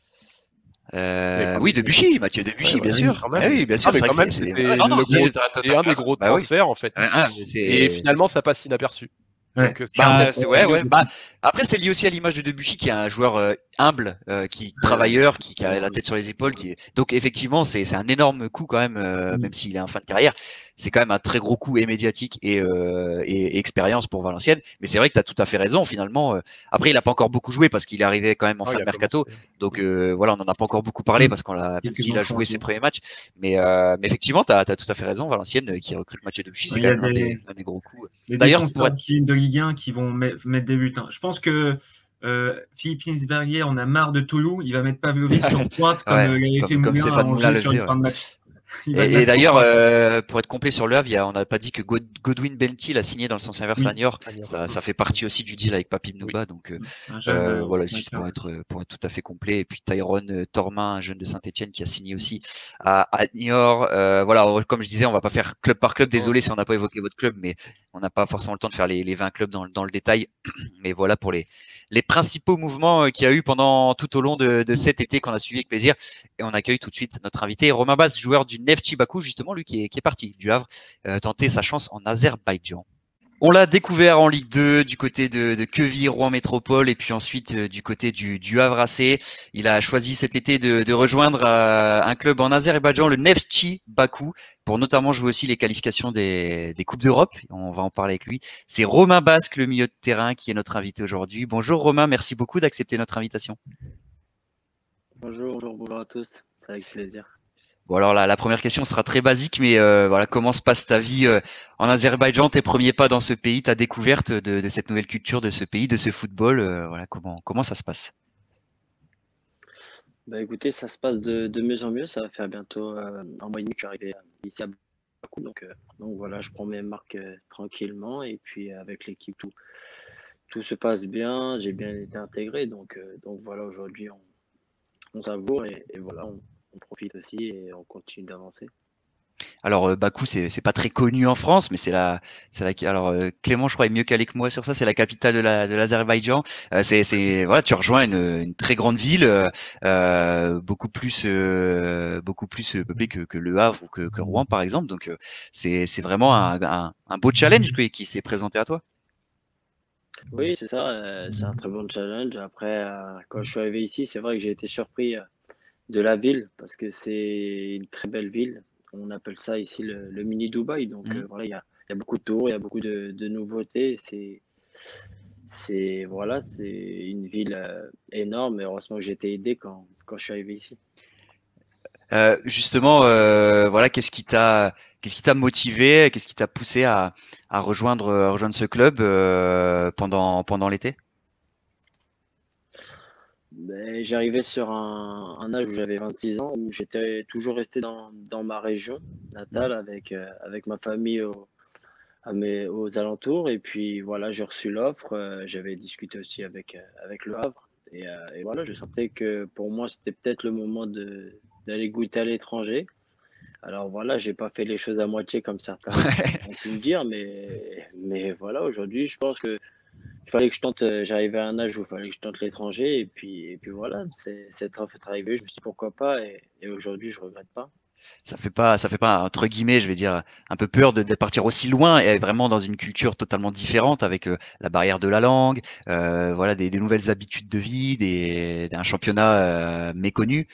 2. Oui, Debuchy, Mathieu Debuchy, bien sûr. Oui, bien sûr. C'est quand même un des gros transferts en fait. Et finalement ça passe inaperçu. Ouais. Donc, Après, c'est lié aussi à l'image de Debuchy, qui est un joueur humble, qui travailleur, qui a la tête sur les épaules. Donc, effectivement, c'est un énorme coup quand même, même s'il est en fin de carrière. C'est quand même un très gros coup et médiatique et expérience pour Valenciennes. Mais c'est vrai que tu as tout à fait raison, finalement. Après, il a pas encore beaucoup joué parce qu'il est arrivé quand même en fin de mercato. Donc, voilà, on n'en a pas encore beaucoup parlé parce même s'il a joué ses premiers matchs. Mais effectivement, tu as tout à fait raison. Valenciennes qui recrute Mathieu Debuchy, c'est quand même un des gros coups. Les D'ailleurs, défenseurs de Ligue 1 qui vont mettre des buts. Je pense que Philippe Hinsberger, on a marre de Toulouse. Il va mettre Pavlovic en pointe comme il avait fait Moulin sur une fin de match. Et d'ailleurs, pour être complet sur le Havre, on n'a pas dit que Godwin Bentil a signé dans le sens inverse à Niort. Ça fait partie aussi du deal avec Papi Mnuba. Donc voilà, juste pour être tout à fait complet. Et puis Tyrone Tormin, un jeune de Saint-Etienne qui a signé aussi à Niort. Voilà, comme je disais, on va pas faire club par club. Désolé si on n'a pas évoqué votre club, mais on n'a pas forcément le temps de faire les 20 clubs dans le détail. Mais voilà pour les principaux mouvements qu'il y a eu pendant tout au long de cet été qu'on a suivi avec plaisir. Et on accueille tout de suite notre invité, Romain Bas, joueur du Neftchi Bakou, justement, lui qui est parti du Havre, tenter sa chance en Azerbaïdjan. On l'a découvert en Ligue 2 du côté de Queville, Rouen Métropole, et puis ensuite du côté du Havre AC. Il a choisi cet été de rejoindre un club en Azerbaïdjan, le Neftchi Bakou, pour notamment jouer aussi les qualifications des Coupes d'Europe. On va en parler avec lui. C'est Romain Basque, le milieu de terrain, qui est notre invité aujourd'hui. Bonjour Romain, merci beaucoup d'accepter notre invitation. Bonjour à tous, c'est avec plaisir. Bon alors la première question sera très basique, mais voilà, comment se passe ta vie en Azerbaïdjan, tes premiers pas dans ce pays, ta découverte de cette nouvelle culture, de ce pays, de ce football, voilà, comment ça se passe? Bah écoutez, ça se passe de mieux en mieux, ça va faire bientôt un mois et demi que je suis arrivé ici à Bakou, donc voilà, je prends mes marques tranquillement et puis avec l'équipe tout se passe bien, j'ai bien été intégré, donc voilà, aujourd'hui on savoure et voilà, on profite aussi et on continue d'avancer. Alors Bakou, c'est pas très connu en France, mais alors Clément, je crois, est mieux calé que moi sur ça. C'est la capitale de l'Azerbaïdjan. Voilà, tu rejoins une très grande ville, beaucoup plus peuplée que Le Havre ou que Rouen par exemple. Donc c'est vraiment un beau challenge qui s'est présenté à toi. Oui, c'est ça, c'est un très bon challenge. Après, quand je suis arrivé ici, c'est vrai que j'ai été surpris de la ville parce que c'est une très belle ville. On appelle ça ici le mini Dubaï. Donc voilà, il y a beaucoup de tours, il y a beaucoup de nouveautés. Voilà, c'est une ville énorme et heureusement que j'ai été aidé quand je suis arrivé ici. Justement, voilà, qu'est-ce qui t'a motivé, qu'est-ce qui t'a poussé à rejoindre ce club pendant l'été? Ben, j'arrivais sur un âge où j'avais 26 ans, où j'étais toujours resté dans ma région natale avec ma famille aux alentours. Et puis voilà, j'ai reçu l'offre. J'avais discuté aussi avec Le Havre. Et voilà, je sentais que pour moi, c'était peut-être le moment d'aller goûter à l'étranger. Alors voilà, j'ai pas fait les choses à moitié comme certains ont pu me dire, mais voilà, aujourd'hui, je pense que il fallait que je tente, j'arrivais à un âge où il fallait que je tente l'étranger. Et puis voilà, cette offre est arrivée. Je me suis dit pourquoi pas. Et aujourd'hui, je regrette pas. Ça fait pas entre guillemets, je vais dire, un peu peur de partir aussi loin et vraiment dans une culture totalement différente avec la barrière de la langue, voilà, des nouvelles habitudes de vie, un championnat méconnu.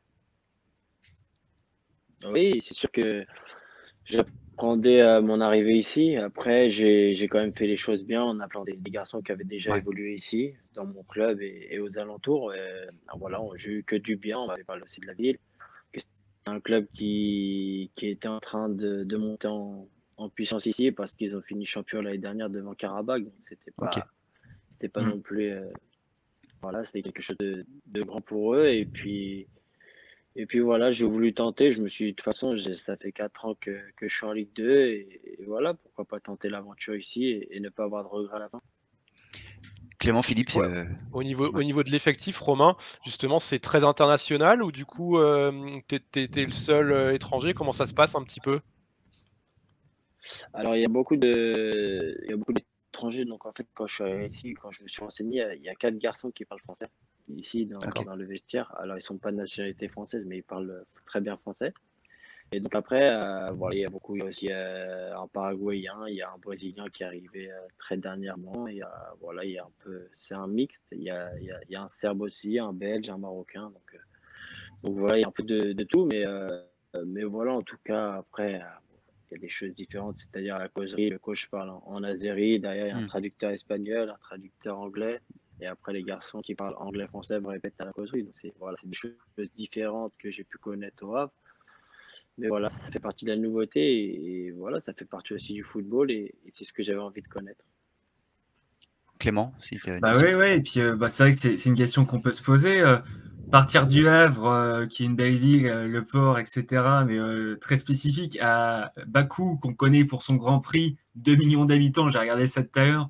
Oui, c'est sûr que j'appréhendais mon arrivée ici. Après, j'ai quand même fait les choses bien en appelant des garçons qui avaient déjà Ouais. évolué ici, dans mon club et aux alentours. Voilà, j'ai eu que du bien. On m'avait parlé aussi de la ville, que c'était un club qui était en train de monter en puissance ici parce qu'ils ont fini champion l'année dernière devant Karabakh. Donc, Ok. c'était pas non plus. Voilà, c'était quelque chose de grand pour eux. Et puis voilà, j'ai voulu tenter. Je me suis dit, de toute façon, ça fait 4 ans que je suis en Ligue 2. Et voilà, pourquoi pas tenter l'aventure ici et ne pas avoir de regrets à la fin. Clément Philippe. Ouais. Au niveau de l'effectif, Romain, justement, c'est très international ou du coup, t'es le seul étranger? Comment ça se passe un petit peu? Alors, il y a beaucoup d'étrangers. Donc, en fait, quand je suis arrivé ici, quand je me suis renseigné, il y a 4 garçons qui parlent français ici, encore dans le vestiaire. Alors, ils sont pas de nationalité française, mais ils parlent très bien français. Et donc après, voilà, il y a beaucoup, il y a aussi un Paraguayen, il y a un Brésilien qui est arrivé très dernièrement. Voilà, il y a un peu, c'est un mixte. Il y a un Serbe aussi, un Belge, un Marocain. Donc voilà, il y a un peu de tout, mais voilà, en tout cas, après, il y a des choses différentes, c'est-à-dire la causerie, le coach parle en azéri, derrière il y a un traducteur espagnol, un traducteur anglais, et après les garçons qui parlent anglais-français me répètent à la causerie. Donc voilà, c'est des choses différentes que j'ai pu connaître au Havre. Mais voilà, ça fait partie de la nouveauté et voilà, ça fait partie aussi du football et c'est ce que j'avais envie de connaître. Clément, si tu as une Bah question. oui, ouais. Et puis c'est vrai que c'est une question qu'on peut se poser. Partir du Havre, qui est une belle ville, le port, etc., mais très spécifique, à Bakou, qu'on connaît pour son Grand Prix, 2 millions d'habitants, j'ai regardé ça tout à l'heure.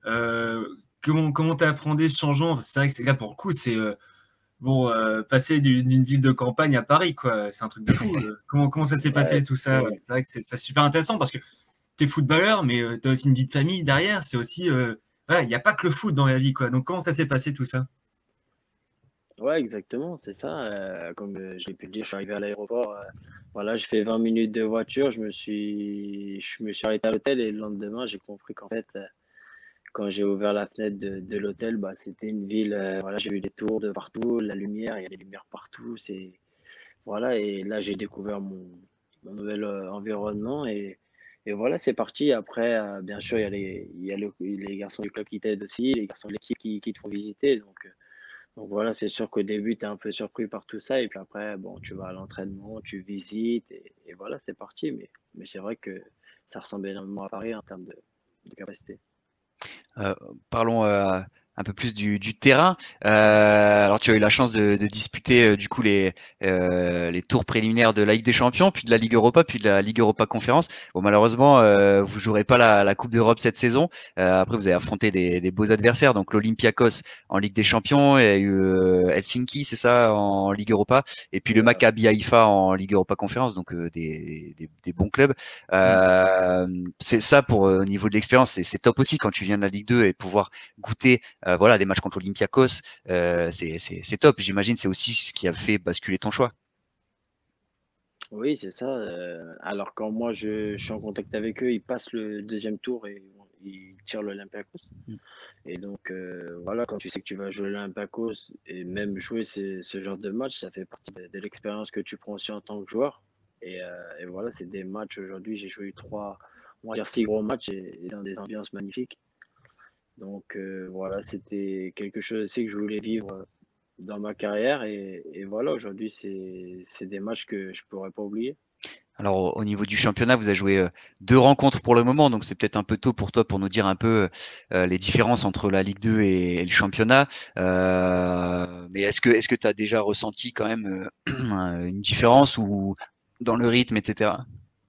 Comment tu appréhendé ce changement? C'est vrai que là, pour le coup, c'est passer d'une ville de campagne à Paris, quoi. C'est un truc de fou. Comment ça s'est passé tout ça? Ouais. C'est vrai que c'est super intéressant parce que tu es footballeur, mais tu as aussi une vie de famille derrière. C'est aussi, voilà, il n'y a pas que le foot dans la vie, quoi. Donc comment ça s'est passé tout ça? Ouais, exactement, c'est ça. Comme j'ai pu le dire, je suis arrivé à l'aéroport. Voilà, je fais 20 minutes de voiture. Je me suis arrêté à l'hôtel et le lendemain, j'ai compris qu'en fait, quand j'ai ouvert la fenêtre de l'hôtel, bah, c'était une ville. Voilà, j'ai vu des tours de partout, la lumière, il y a des lumières partout. Voilà, et là, j'ai découvert mon nouvel environnement et voilà, c'est parti. Après, bien sûr, il y a les garçons du club qui t'aident aussi, les garçons de l'équipe qui te font visiter. Donc voilà, c'est sûr qu'au début, tu es un peu surpris par tout ça. Et puis après, bon, tu vas à l'entraînement, tu visites et voilà, c'est parti. Mais c'est vrai que ça ressemble énormément à Paris en termes de capacité. Parlons un peu plus du terrain. Alors, tu as eu la chance de disputer du coup les tours préliminaires de la Ligue des Champions, puis de la Ligue Europa, puis de la Ligue Europa Conférence. Bon, malheureusement, vous jouerez pas la Coupe d'Europe cette saison. Après, vous avez affronté des beaux adversaires, donc l'Olympiakos en Ligue des Champions, il y a eu Helsinki, c'est ça, en Ligue Europa, et puis le Voilà. Maccabi Haïfa en Ligue Europa Conférence, donc des bons clubs. Euh, c'est ça pour au niveau de l'expérience, c'est top aussi quand tu viens de la Ligue 2 et pouvoir goûter voilà des matchs contre l'Olympiakos, c'est top. J'imagine c'est aussi ce qui a fait basculer ton choix. Oui, c'est ça. Alors quand moi je suis en contact avec eux, ils passent le deuxième tour et ils tirent l'Olympiakos. Mm. Et donc voilà, quand tu sais que tu vas jouer l'Olympiakos et même jouer ce genre de match, ça fait partie de l'expérience que tu prends aussi en tant que joueur. Et voilà, c'est des matchs aujourd'hui. J'ai joué on va dire 6 gros matchs et dans des ambiances magnifiques. Donc voilà, c'était quelque chose aussi que je voulais vivre dans ma carrière. Et voilà, aujourd'hui, c'est des matchs que je pourrais pas oublier. Alors au niveau du championnat, vous avez joué 2 rencontres pour le moment, donc c'est peut-être un peu tôt pour toi pour nous dire un peu les différences entre la Ligue 2 et le championnat. Mais est-ce que tu as déjà ressenti quand même une différence ou dans le rythme, etc.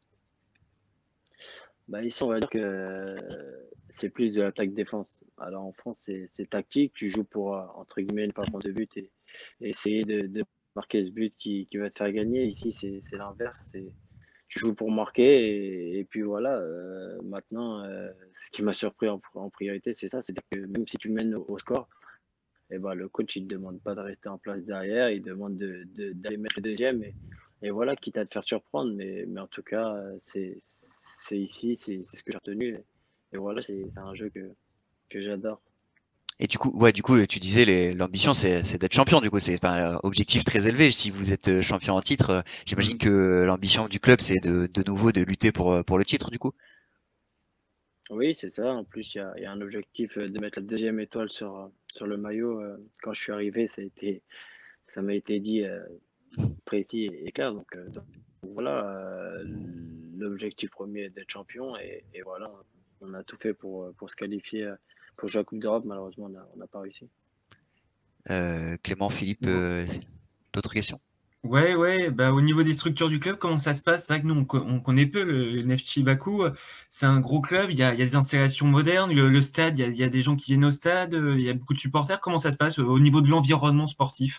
Bah, ici, on va dire que c'est plus de l'attaque-défense. Alors en France, c'est tactique. Tu joues pour, entre guillemets, ne pas prendre de but et essayer de marquer ce but qui va te faire gagner. Ici, c'est l'inverse. Tu joues pour marquer et puis voilà. Maintenant, ce qui m'a surpris en priorité, c'est ça. C'est que même si tu mènes au score, et ben, le coach, il ne te demande pas de rester en place derrière. Il demande d'aller mettre le deuxième. Et voilà, quitte à te faire surprendre. Mais en tout cas, c'est ici, c'est ce que j'ai retenu. Et voilà, c'est un jeu que j'adore. Et du coup, tu disais l'ambition, c'est d'être champion. Du coup, c'est un objectif très élevé. Si vous êtes champion en titre, j'imagine que l'ambition du club, c'est de nouveau de lutter pour le titre. Du coup. Oui, c'est ça. En plus, il y a un objectif de mettre la deuxième étoile sur le maillot. Quand je suis arrivé, ça m'a été dit précis et clair. Donc voilà, l'objectif premier est d'être champion. Et voilà, on a tout fait pour se qualifier pour jouer à la Coupe d'Europe. Malheureusement, on n'a pas réussi. Clément, Philippe, d'autres questions? Ouais, bah, au niveau des structures du club, comment ça se passe? C'est vrai que nous, on connaît peu le Neftchi Bakou. C'est un gros club, il y a des installations modernes, le stade, il y a des gens qui viennent au stade, il y a beaucoup de supporters. Comment ça se passe au niveau de l'environnement sportif?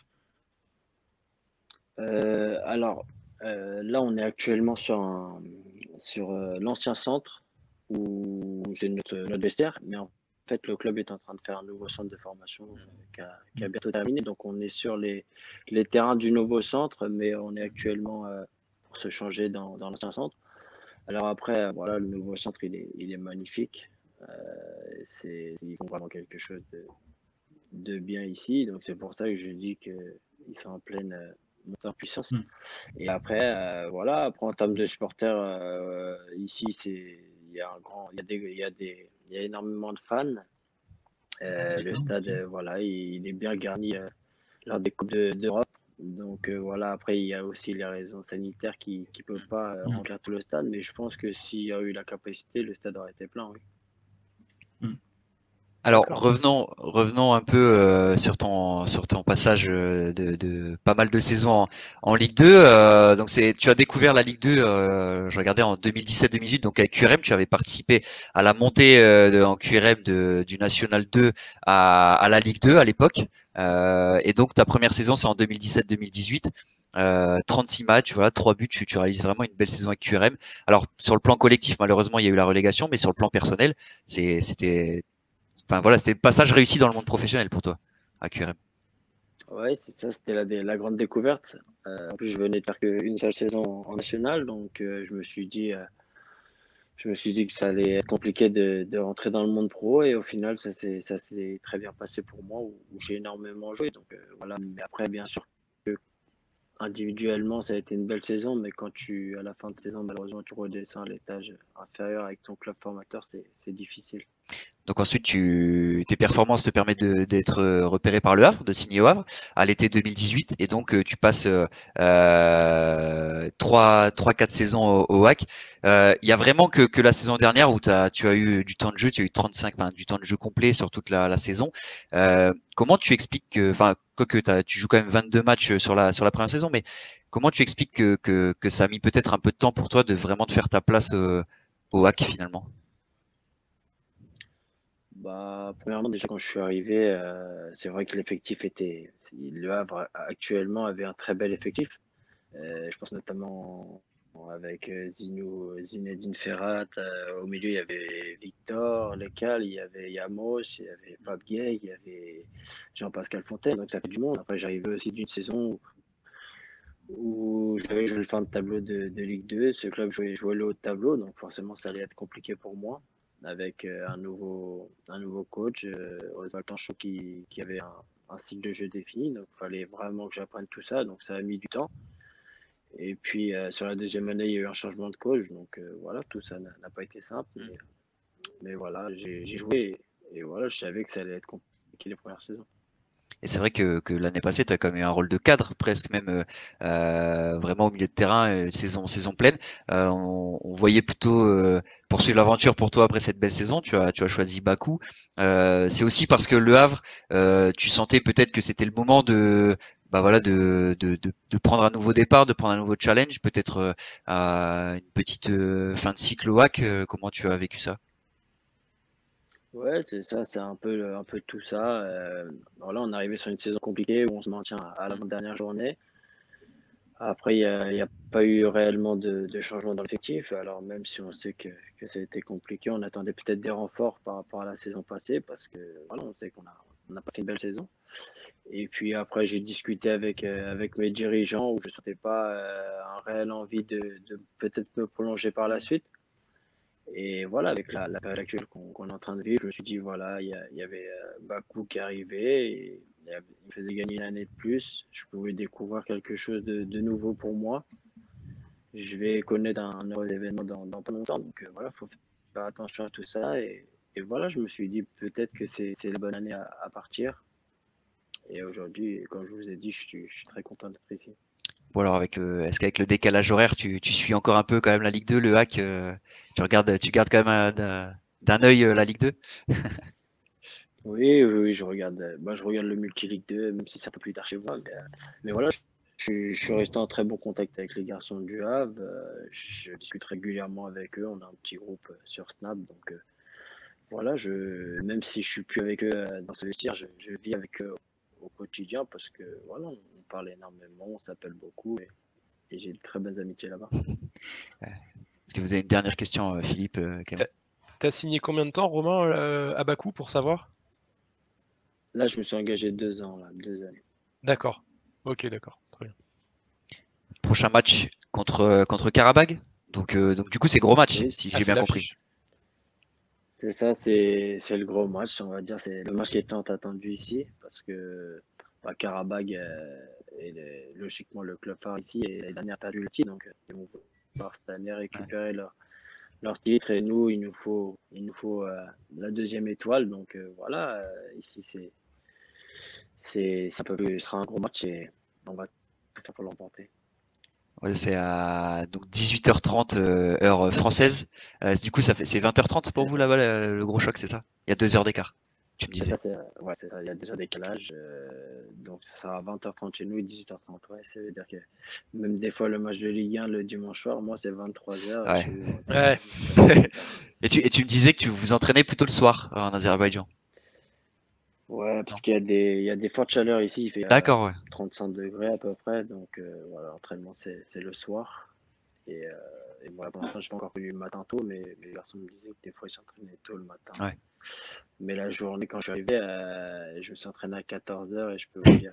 Alors, là, on est actuellement sur l'ancien centre où j'ai notre vestiaire, mais en fait, le club est en train de faire un nouveau centre de formation qui a bientôt terminé. Donc, on est sur les terrains du nouveau centre, mais on est actuellement, pour se changer dans l'ancien centre. Alors après, voilà, le nouveau centre, il est magnifique. Ils font vraiment quelque chose de bien ici. Donc c'est pour ça que je dis qu'ils sont en pleine montée en puissance. Et après, voilà, après en termes de supporters, ici, il y a il y a énormément de fans. Le stade, voilà, il est bien garni lors des Coupes d'Europe. Donc voilà, après, il y a aussi les raisons sanitaires qui ne peuvent pas remplir tout le stade. Mais je pense que s'il y a eu la capacité, le stade aurait été plein, oui. Alors D'accord. revenons un peu sur ton passage de pas mal de saisons en Ligue 2. Donc tu as découvert la Ligue 2. Je regardais en 2017-2018. Donc avec QRM, tu avais participé à la montée en QRM du National 2 à la Ligue 2 à l'époque. Et donc ta première saison, c'est en 2017-2018. 36 matchs, voilà, 3 buts. Tu réalises vraiment une belle saison avec QRM. Alors sur le plan collectif, malheureusement, il y a eu la relégation, mais sur le plan personnel, c'était Enfin voilà, c'était le passage réussi dans le monde professionnel pour toi, à QRM. Ouais, c'est ça, c'était la grande découverte. En plus, je venais de faire qu'une seule saison en national, donc je me suis dit que ça allait être compliqué de rentrer dans le monde pro, et au final, ça s'est très bien passé pour moi, où j'ai énormément joué. Donc voilà. Mais après, bien sûr que individuellement, ça a été une belle saison, mais quand à la fin de saison, malheureusement, tu redescends à l'étage inférieur avec ton club formateur, c'est difficile. Donc ensuite, tes performances te permettent d'être repéré par Le Havre, de signer au Havre à l'été 2018, et donc tu passes 3-4 saisons au WAC. Il y a vraiment que la saison dernière où tu as eu du temps de jeu, tu as eu 35, enfin, du temps de jeu complet sur toute la saison. Comment tu expliques enfin, quoique tu joues quand même 22 matchs sur la première saison, mais comment tu expliques que ça a mis peut-être un peu de temps pour toi de vraiment te faire ta place au WAC finalement? Bah, premièrement, déjà quand je suis arrivé, c'est vrai que le Havre actuellement avait un très bel effectif. Je pense notamment avec Zinedine Ferrat. Au milieu, il y avait Victor Lecal, il y avait Yamos, il y avait Pape Gay, il y avait Jean-Pascal Fontaine. Donc ça fait du monde. Après, j'arrivais aussi d'une saison où j'avais joué le fin de tableau de Ligue 2. Ce club jouait le haut de tableau, donc forcément, ça allait être compliqué pour moi avec un nouveau coach, Oswald Tanchot, qui avait un style de jeu défini. Donc, il fallait vraiment que j'apprenne tout ça. Donc, ça a mis du temps. Et puis, sur la deuxième année, il y a eu un changement de coach. Donc, voilà, tout ça n'a pas été simple. Mais voilà, j'ai joué. Et voilà, je savais que ça allait être compliqué les premières saisons. Et c'est vrai que l'année passée, tu as quand même eu un rôle de cadre, presque même vraiment au milieu de terrain, saison pleine. On voyait plutôt poursuivre l'aventure pour toi après cette belle saison. Tu as choisi Bakou. C'est aussi parce que Le Havre, tu sentais peut-être que c'était le moment bah voilà, de prendre un nouveau départ, de prendre un nouveau challenge, peut-être une petite fin de cycle au HAC. Comment tu as vécu ça? Ouais, c'est ça, c'est un peu tout ça. Alors là, on est arrivé sur une saison compliquée où on se maintient à l'avant-dernière journée. Après, il y a pas eu réellement de changement dans l'effectif. Alors, même si on sait que ça a été compliqué, on attendait peut-être des renforts par rapport à la saison passée parce que voilà, on sait on n'a pas fait une belle saison. Et puis après, j'ai discuté avec mes dirigeants où je ne sentais pas un réel envie de peut-être me prolonger par la suite. Et voilà, avec la période actuelle qu'on est en train de vivre, je me suis dit, voilà, il y avait Bakou qui arrivait, et il me faisait gagner une année de plus. Je pouvais découvrir quelque chose de nouveau pour moi. Je vais connaître un heureux événement dans pas longtemps. Donc voilà, il faut faire attention à tout ça. Et voilà, je me suis dit, peut-être que c'est la bonne année à partir. Et aujourd'hui, comme je vous ai dit, je suis très content d'être ici. Ou alors est-ce qu'avec le décalage horaire, tu suis encore un peu quand même la Ligue 2, le HAC, tu gardes quand même d'un œil la Ligue 2? Oui, je regarde, je regarde le Multi-Ligue 2, même si c'est un peu plus tard chez moi. Mais voilà, je suis resté en très bon contact avec les garçons du Havre. Je discute régulièrement avec eux. On a un petit groupe sur Snap. Donc voilà, même si je suis plus avec eux dans ce vestiaire, je vis avec eux au quotidien parce que voilà, on parle énormément, on s'appelle beaucoup, et j'ai de très bonnes amitiés là-bas. Est-ce que vous avez une dernière question, Philippe? T'as signé combien de temps, Romain, à Bakou, pour savoir? Là, je me suis engagé 2 ans, là, 2 années. D'accord. Ok, d'accord. Très bien. prochain match contre Karabag. Donc du coup, c'est gros match, Oui. si Ah, j'ai c'est bien compris. l'affiche. C'est ça, c'est le gros match, on va dire. C'est le match qui est tant attendu ici parce que Karabag est logiquement le club phare ici et l'année dernière perdu le titre. Donc, ils vont pouvoir cette année récupérer leur titre et nous, il nous faut la deuxième étoile. Donc, voilà, ici, ce sera un gros match et on va tout faire pour l'emporter. Ouais, c'est à donc 18h30 heure française. Du coup, c'est 20h30 pour C'est vous ça. là-bas, le gros choc, c'est ça? Il y a 2 heures d'écart, tu me C'est disais. ça, ouais, c'est ça. Il y a déjà décalage. Donc, ça sera à 20h30 chez nous et 18h30. Ouais, ça veut dire que même des fois, le match de Ligue 1 le dimanche soir, moi, c'est 23h et Ouais. chez eux, 21h. Ouais. Donc, c'est ça. Et tu me disais que tu vous entraînez plutôt le soir en Azerbaïdjan. Ouais, parce qu'il y a des fortes chaleurs ici. Il fait D'accord, ouais. 35 degrés à peu près. Donc, voilà, l'entraînement, c'est le soir. Et, voilà, pour l'instant, je n'ai pas encore connu le matin tôt, mais les garçons me disaient que des fois, ils s'entraînaient tôt le matin. Ouais. Mais la journée, quand je suis arrivé, je me suis entraîné à 14h et je peux vous dire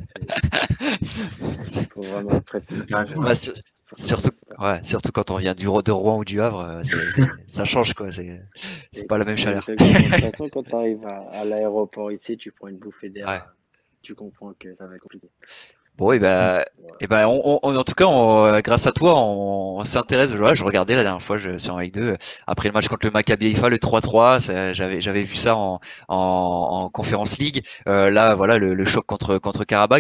que il faut vraiment être prêt physiquement Intéressant. Bah, pour surtout, ça. ouais, surtout quand on vient de Rouen ou du Havre, ça change quoi. C'est pas la même chaleur. Exactement. De toute façon, quand tu arrives à l'aéroport ici, tu prends une bouffée d'air, Ouais. tu comprends que ça va être compliqué. Bon, et ben, Voilà. en tout cas, grâce à toi, on s'intéresse. Voilà, je regardais la dernière fois sur Ligue 2, après le match contre le Maccabi Haïfa, le 3-3, j'avais vu ça en Conference League. Là, voilà, le choc contre Karabakh.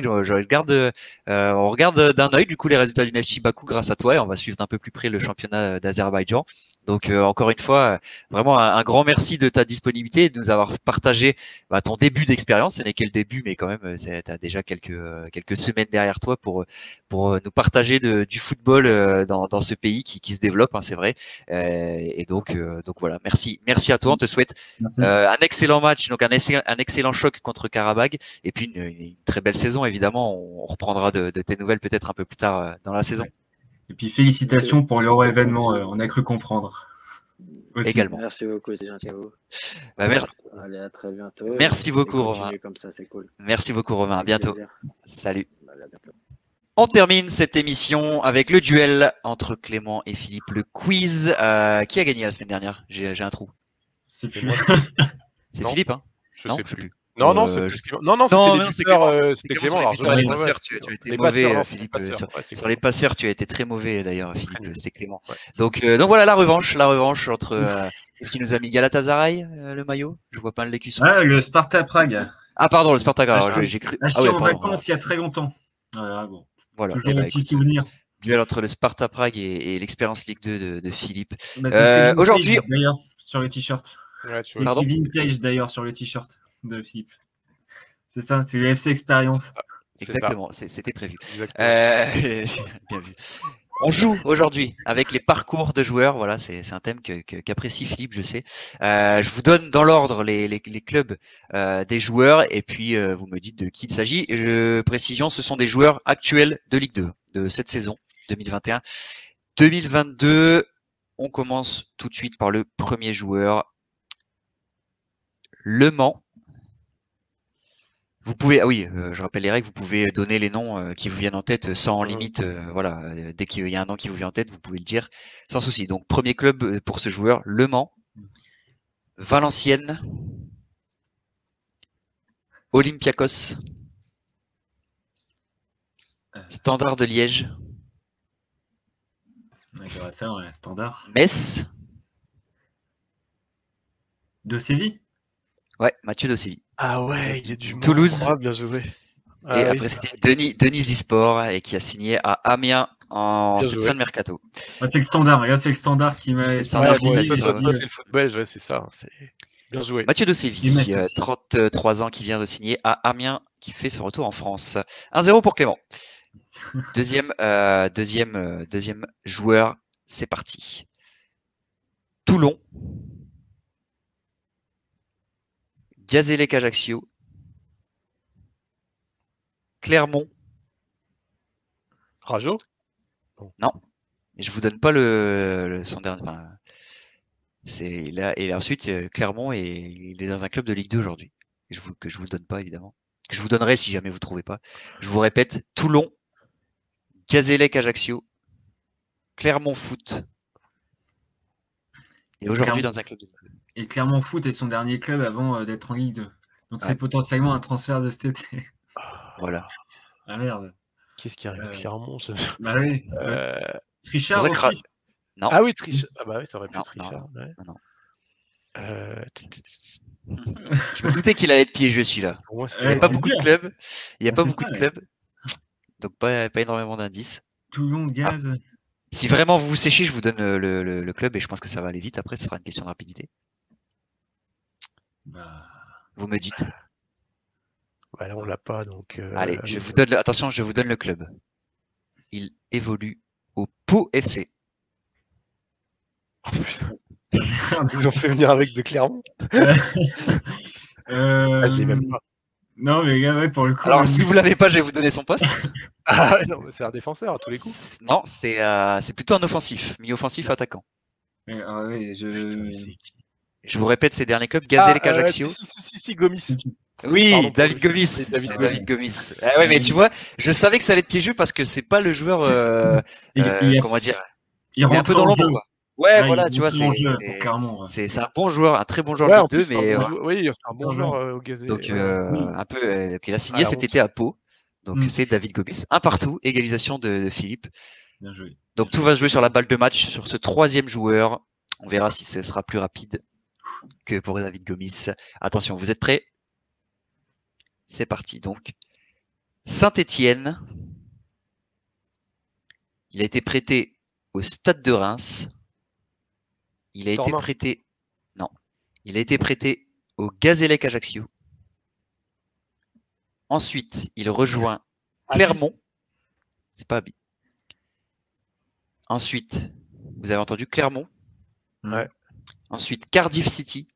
On regarde d'un œil du coup les résultats du Neftchi Bakou grâce à toi, et on va suivre d'un peu plus près le championnat d'Azerbaïdjan. Donc encore une fois, vraiment un grand merci de ta disponibilité et de nous avoir partagé ton début d'expérience. Ce n'est que le début, mais quand même, tu as déjà quelques semaines derrière toi pour nous partager du football dans ce pays qui se développe, hein, c'est vrai. Et donc voilà, merci à toi. On te souhaite Merci. un excellent match, donc un excellent choc contre Karabakh, et puis une très belle saison évidemment. On reprendra de tes nouvelles peut-être un peu plus tard dans la saison. Et puis félicitations pour l'euro événement, on a cru comprendre. Aussi. Également. Merci beaucoup, c'est gentil à vous. Allez, à très bientôt. Merci beaucoup, Romain. Romain. Comme ça, c'est cool. Merci beaucoup, Romain. À bientôt. Plaisir. Salut. Allez, à bientôt. On termine cette émission avec le duel entre Clément et Philippe, le quiz. Qui a gagné la semaine dernière? J'ai un trou. C'est C'est plus. moi. C'est Non. Philippe, hein? Je Non, sais je sais plus. plus. Non, non, Euh, c'était Clément. Non, c'était les c'est buteurs. C'était Clément Clément. sur les buteurs et les largement. passeurs, tu as été Les mauvais, passeurs, non, c'était Philippe. les passeurs. Ouais, c'était Sur les Clément. passeurs, tu as été très mauvais d'ailleurs, Philippe. Très nul. C'était Clément. Ouais. Donc voilà la revanche entre ce qui nous a mis Galatasaray, le maillot. Je vois pas l'écusson. Ah, le Sparta Prague. Ah pardon, le Spartak. Alors Acheté- j'ai cru. Acheté Ah ouais, en pardon. vacances il y a très longtemps. Voilà, bon. Voilà. Toujours Eh ben, un petit écoute, souvenir. duel entre le Sparta Prague et l'expérience Ligue 2 de Philippe. Bah, c'est écrit vintage, Aujourd'hui, d'ailleurs, sur le t-shirt. Ouais, tu C'est vois. Pardon écrit vintage d'ailleurs sur le t-shirt de Philippe. C'est ça, c'est le FC Expérience. C'est ça. exactement, c'était prévu. Exactement. Bien vu. On joue aujourd'hui avec les parcours de joueurs. Voilà, c'est un thème qu'apprécie Philippe, je sais. Je vous donne dans l'ordre les clubs des joueurs et puis vous me dites de qui il s'agit. Précision, ce sont des joueurs actuels de Ligue 2 de cette saison 2021. 2022, on commence tout de suite par le premier joueur, Le Mans. Vous pouvez, je rappelle les règles, vous pouvez donner les noms qui vous viennent en tête sans limite. Voilà, dès qu'il y a un nom qui vous vient en tête, vous pouvez le dire sans souci. Donc, premier club pour ce joueur, Le Mans, Valenciennes, Olympiakos, Standard de Liège, D'accord, ça, ouais, standard. Metz, De Séville. ouais, Mathieu Dossévi. Ah ouais, il est du Toulouse. Ah, bien joué. Ah, Et oui. après, c'était Denis Disport et qui a signé à Amiens en Bien cette joué. fin de mercato. Ah, c'est le standard, regarde, c'est le standard qui m'a. C'est le qui standard m'a qui t'a dit, dit, toi, ouais. c'est le football, ouais, c'est ça. C'est bien joué. Mathieu Et Dossévi, Metz. 33 ans, qui vient de signer à Amiens, qui fait son retour en France. 1-0 pour Clément. Deuxième joueur, c'est parti. Toulon, Gazélec Ajaccio, Clermont. Rajo. Et je vous donne pas son dernier. Enfin, c'est là et ensuite Clermont et il est dans un club de Ligue 2 aujourd'hui. Que je vous le donne pas évidemment. Que je vous donnerai si jamais vous trouvez pas. Je vous répète, Toulon, Gazélec Ajaccio, Clermont Foot. Et aujourd'hui Clermont. dans un club de Ligue 2. Et Clermont Foot est son dernier club avant d'être en Ligue 2. Donc Ouais. c'est potentiellement un transfert de cet été. Voilà. Ah merde. Qu'est-ce qui arrive Clermont ça... Bah oui. Trichard C'est pour ça que aussi. Non. Ah oui, Trichard. Ah bah oui, ça aurait pu Non, être Trichard. non, Ouais. non. Je Euh, me doutais qu'il allait être piégeux celui-là. Pour moi, Il n'y a c'était pas c'est beaucoup de dur. clubs. Il n'y a Ah, pas c'est beaucoup ça, de ouais. clubs. Donc pas énormément d'indices. Toulon, Gaz. Si vraiment vous vous séchez, je vous donne le club et je pense que ça va aller vite. Après, ce sera une question de rapidité. Bah, Vous me dites. Ouais, là, on l'a pas, donc. Allez, attention, je vous donne le club. Il évolue au Pau FC. Ils ont fait venir un mec de Clermont. Ah, je l'ai même pas. Non, mais gars, ouais, pour le coup. Alors, si vous l'avez pas, je vais vous donner son poste. Ah non, mais c'est un défenseur à tous les coups. Non, c'est plutôt un offensif, mi-offensif attaquant. Ah ouais, Putain, mais c'est qui Je vous répète ses derniers clubs, Gazélec Ajaccio. Si, Gomis. Oui, Pardon pour David le- Gomis. c'est David C'est Gomis. David Gomis. Ah ouais, mais tu vois, je savais que ça allait être piégeux parce que c'est pas le joueur, comment dire, il il est un rentre peu dans en l'ombre, jeu. quoi. Ouais, Ouais, voilà, il tu vois, rentre en jeu pour Clermont, ouais. c'est un bon joueur, un très bon joueur Ouais, de en Ligue 2, plus, mais oui, c'est un bon Ouais. joueur au Gazé. donc oui. un peu qu'il a signé Ah, la cet honte. été à Pau. Donc Mm. c'est David Gomis, un partout, égalisation de Philippe. Bien joué. Donc tout va se jouer sur la balle de match sur ce troisième joueur. On verra si ce sera plus rapide que pour David Gomis. Attention, vous êtes prêts? C'est parti. Donc Saint-Étienne. Il a été prêté au Stade de Reims. Il a été Tornin. prêté. Non. Il a été prêté au Gazélec Ajaccio. Ensuite, il rejoint Clermont. C'est pas Abi. Ensuite, vous avez entendu Clermont. Ouais. Ensuite, Cardiff City.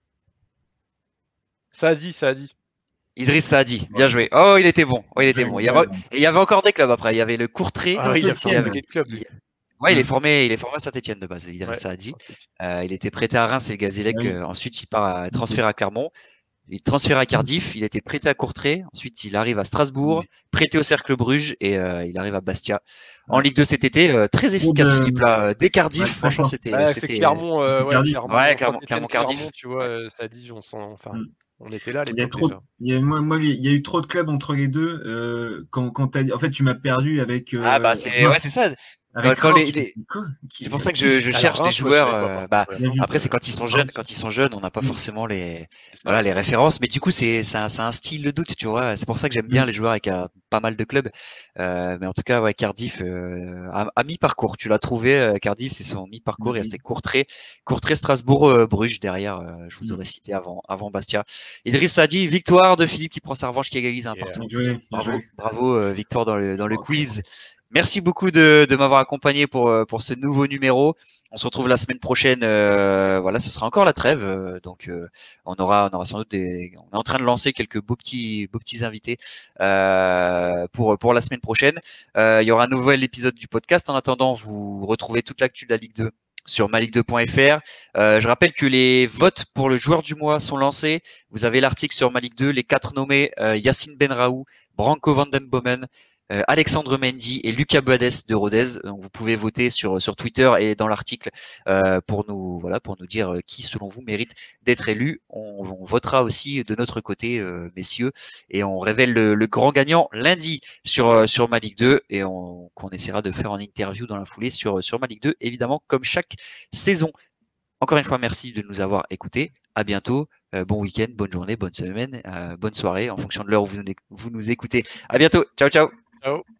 Saadi. Idriss Saadi, bien joué. Oh, il était bon. Oh, il était bon. Et Ouais. il y avait encore des clubs après. Il y avait le Courtrai. Ah, il a Saint-Étienne. fait un de club, lui. Ouais, il est formé à Saint-Étienne de base, Idriss Ouais, Saadi. Saint-Étienne. Il était prêté à Reims et le Gazélec. Oui. Ensuite, il part transféré à Clermont. Il est transféré à Cardiff. Il a été prêté à Courtrai. Ensuite, il arrive à Strasbourg, prêté au Cercle Bruges et il arrive à Bastia. En Ligue 2 cet été, très efficace, Philippe là. Dès Cardiff, Ouais, franchement, c'était. C'est Clermont, Cardiff. Clermont, Cardiff. Tu vois, Saadi, on sent. Enfin, on était là à Il y a l'époque trop, déjà. il y a eu trop de clubs entre les deux. Quand t'as dit, en fait, tu m'as perdu avec. Ah bah c'est ça. Avec Quand Reims, c'est pour ça que je cherche des Reims, joueurs. moi, je savais pas, par contre. Après c'est quand ils sont jeunes, on n'a pas forcément les références. Mais du coup c'est un style de doute, tu vois. C'est pour ça que j'aime bien les joueurs avec pas mal de clubs. Mais en tout cas, ouais, Cardiff à mi-parcours. Tu l'as trouvé, Cardiff, c'est son mi-parcours. Il restait Courtrai, Strasbourg, Bruges derrière. Je vous aurais cité avant Bastia. Idriss Saadi, victoire de Philippe qui prend sa revanche, qui égalise un partout. Bravo, victoire dans le quiz. Merci beaucoup de m'avoir accompagné pour ce nouveau numéro. On se retrouve la semaine prochaine. Voilà, ce sera encore la trêve. Donc, on aura sans doute on est en train de lancer quelques beaux petits invités pour la semaine prochaine. Il y aura un nouvel épisode du podcast. En attendant, vous retrouvez toute l'actu de la Ligue 2 sur maligue2.fr. Je rappelle que les votes pour le joueur du mois sont lancés. Vous avez l'article sur Maligue 2, les 4 nommés, Yacine Benraou, Branco van den Bomen, Alexandre Mendy et Lucas Boades de Rodez. Donc vous pouvez voter sur Twitter et dans l'article pour nous dire qui selon vous mérite d'être élu. On votera aussi de notre côté, messieurs, et on révèle le grand gagnant lundi sur Ma Ligue 2 et qu'on essaiera de faire en interview dans la foulée sur Ma Ligue 2, évidemment comme chaque saison. Encore une fois, merci de nous avoir écoutés. À bientôt. Bon week-end, bonne journée, bonne semaine, bonne soirée en fonction de l'heure où vous nous écoutez. À bientôt. Ciao, ciao. Ciao.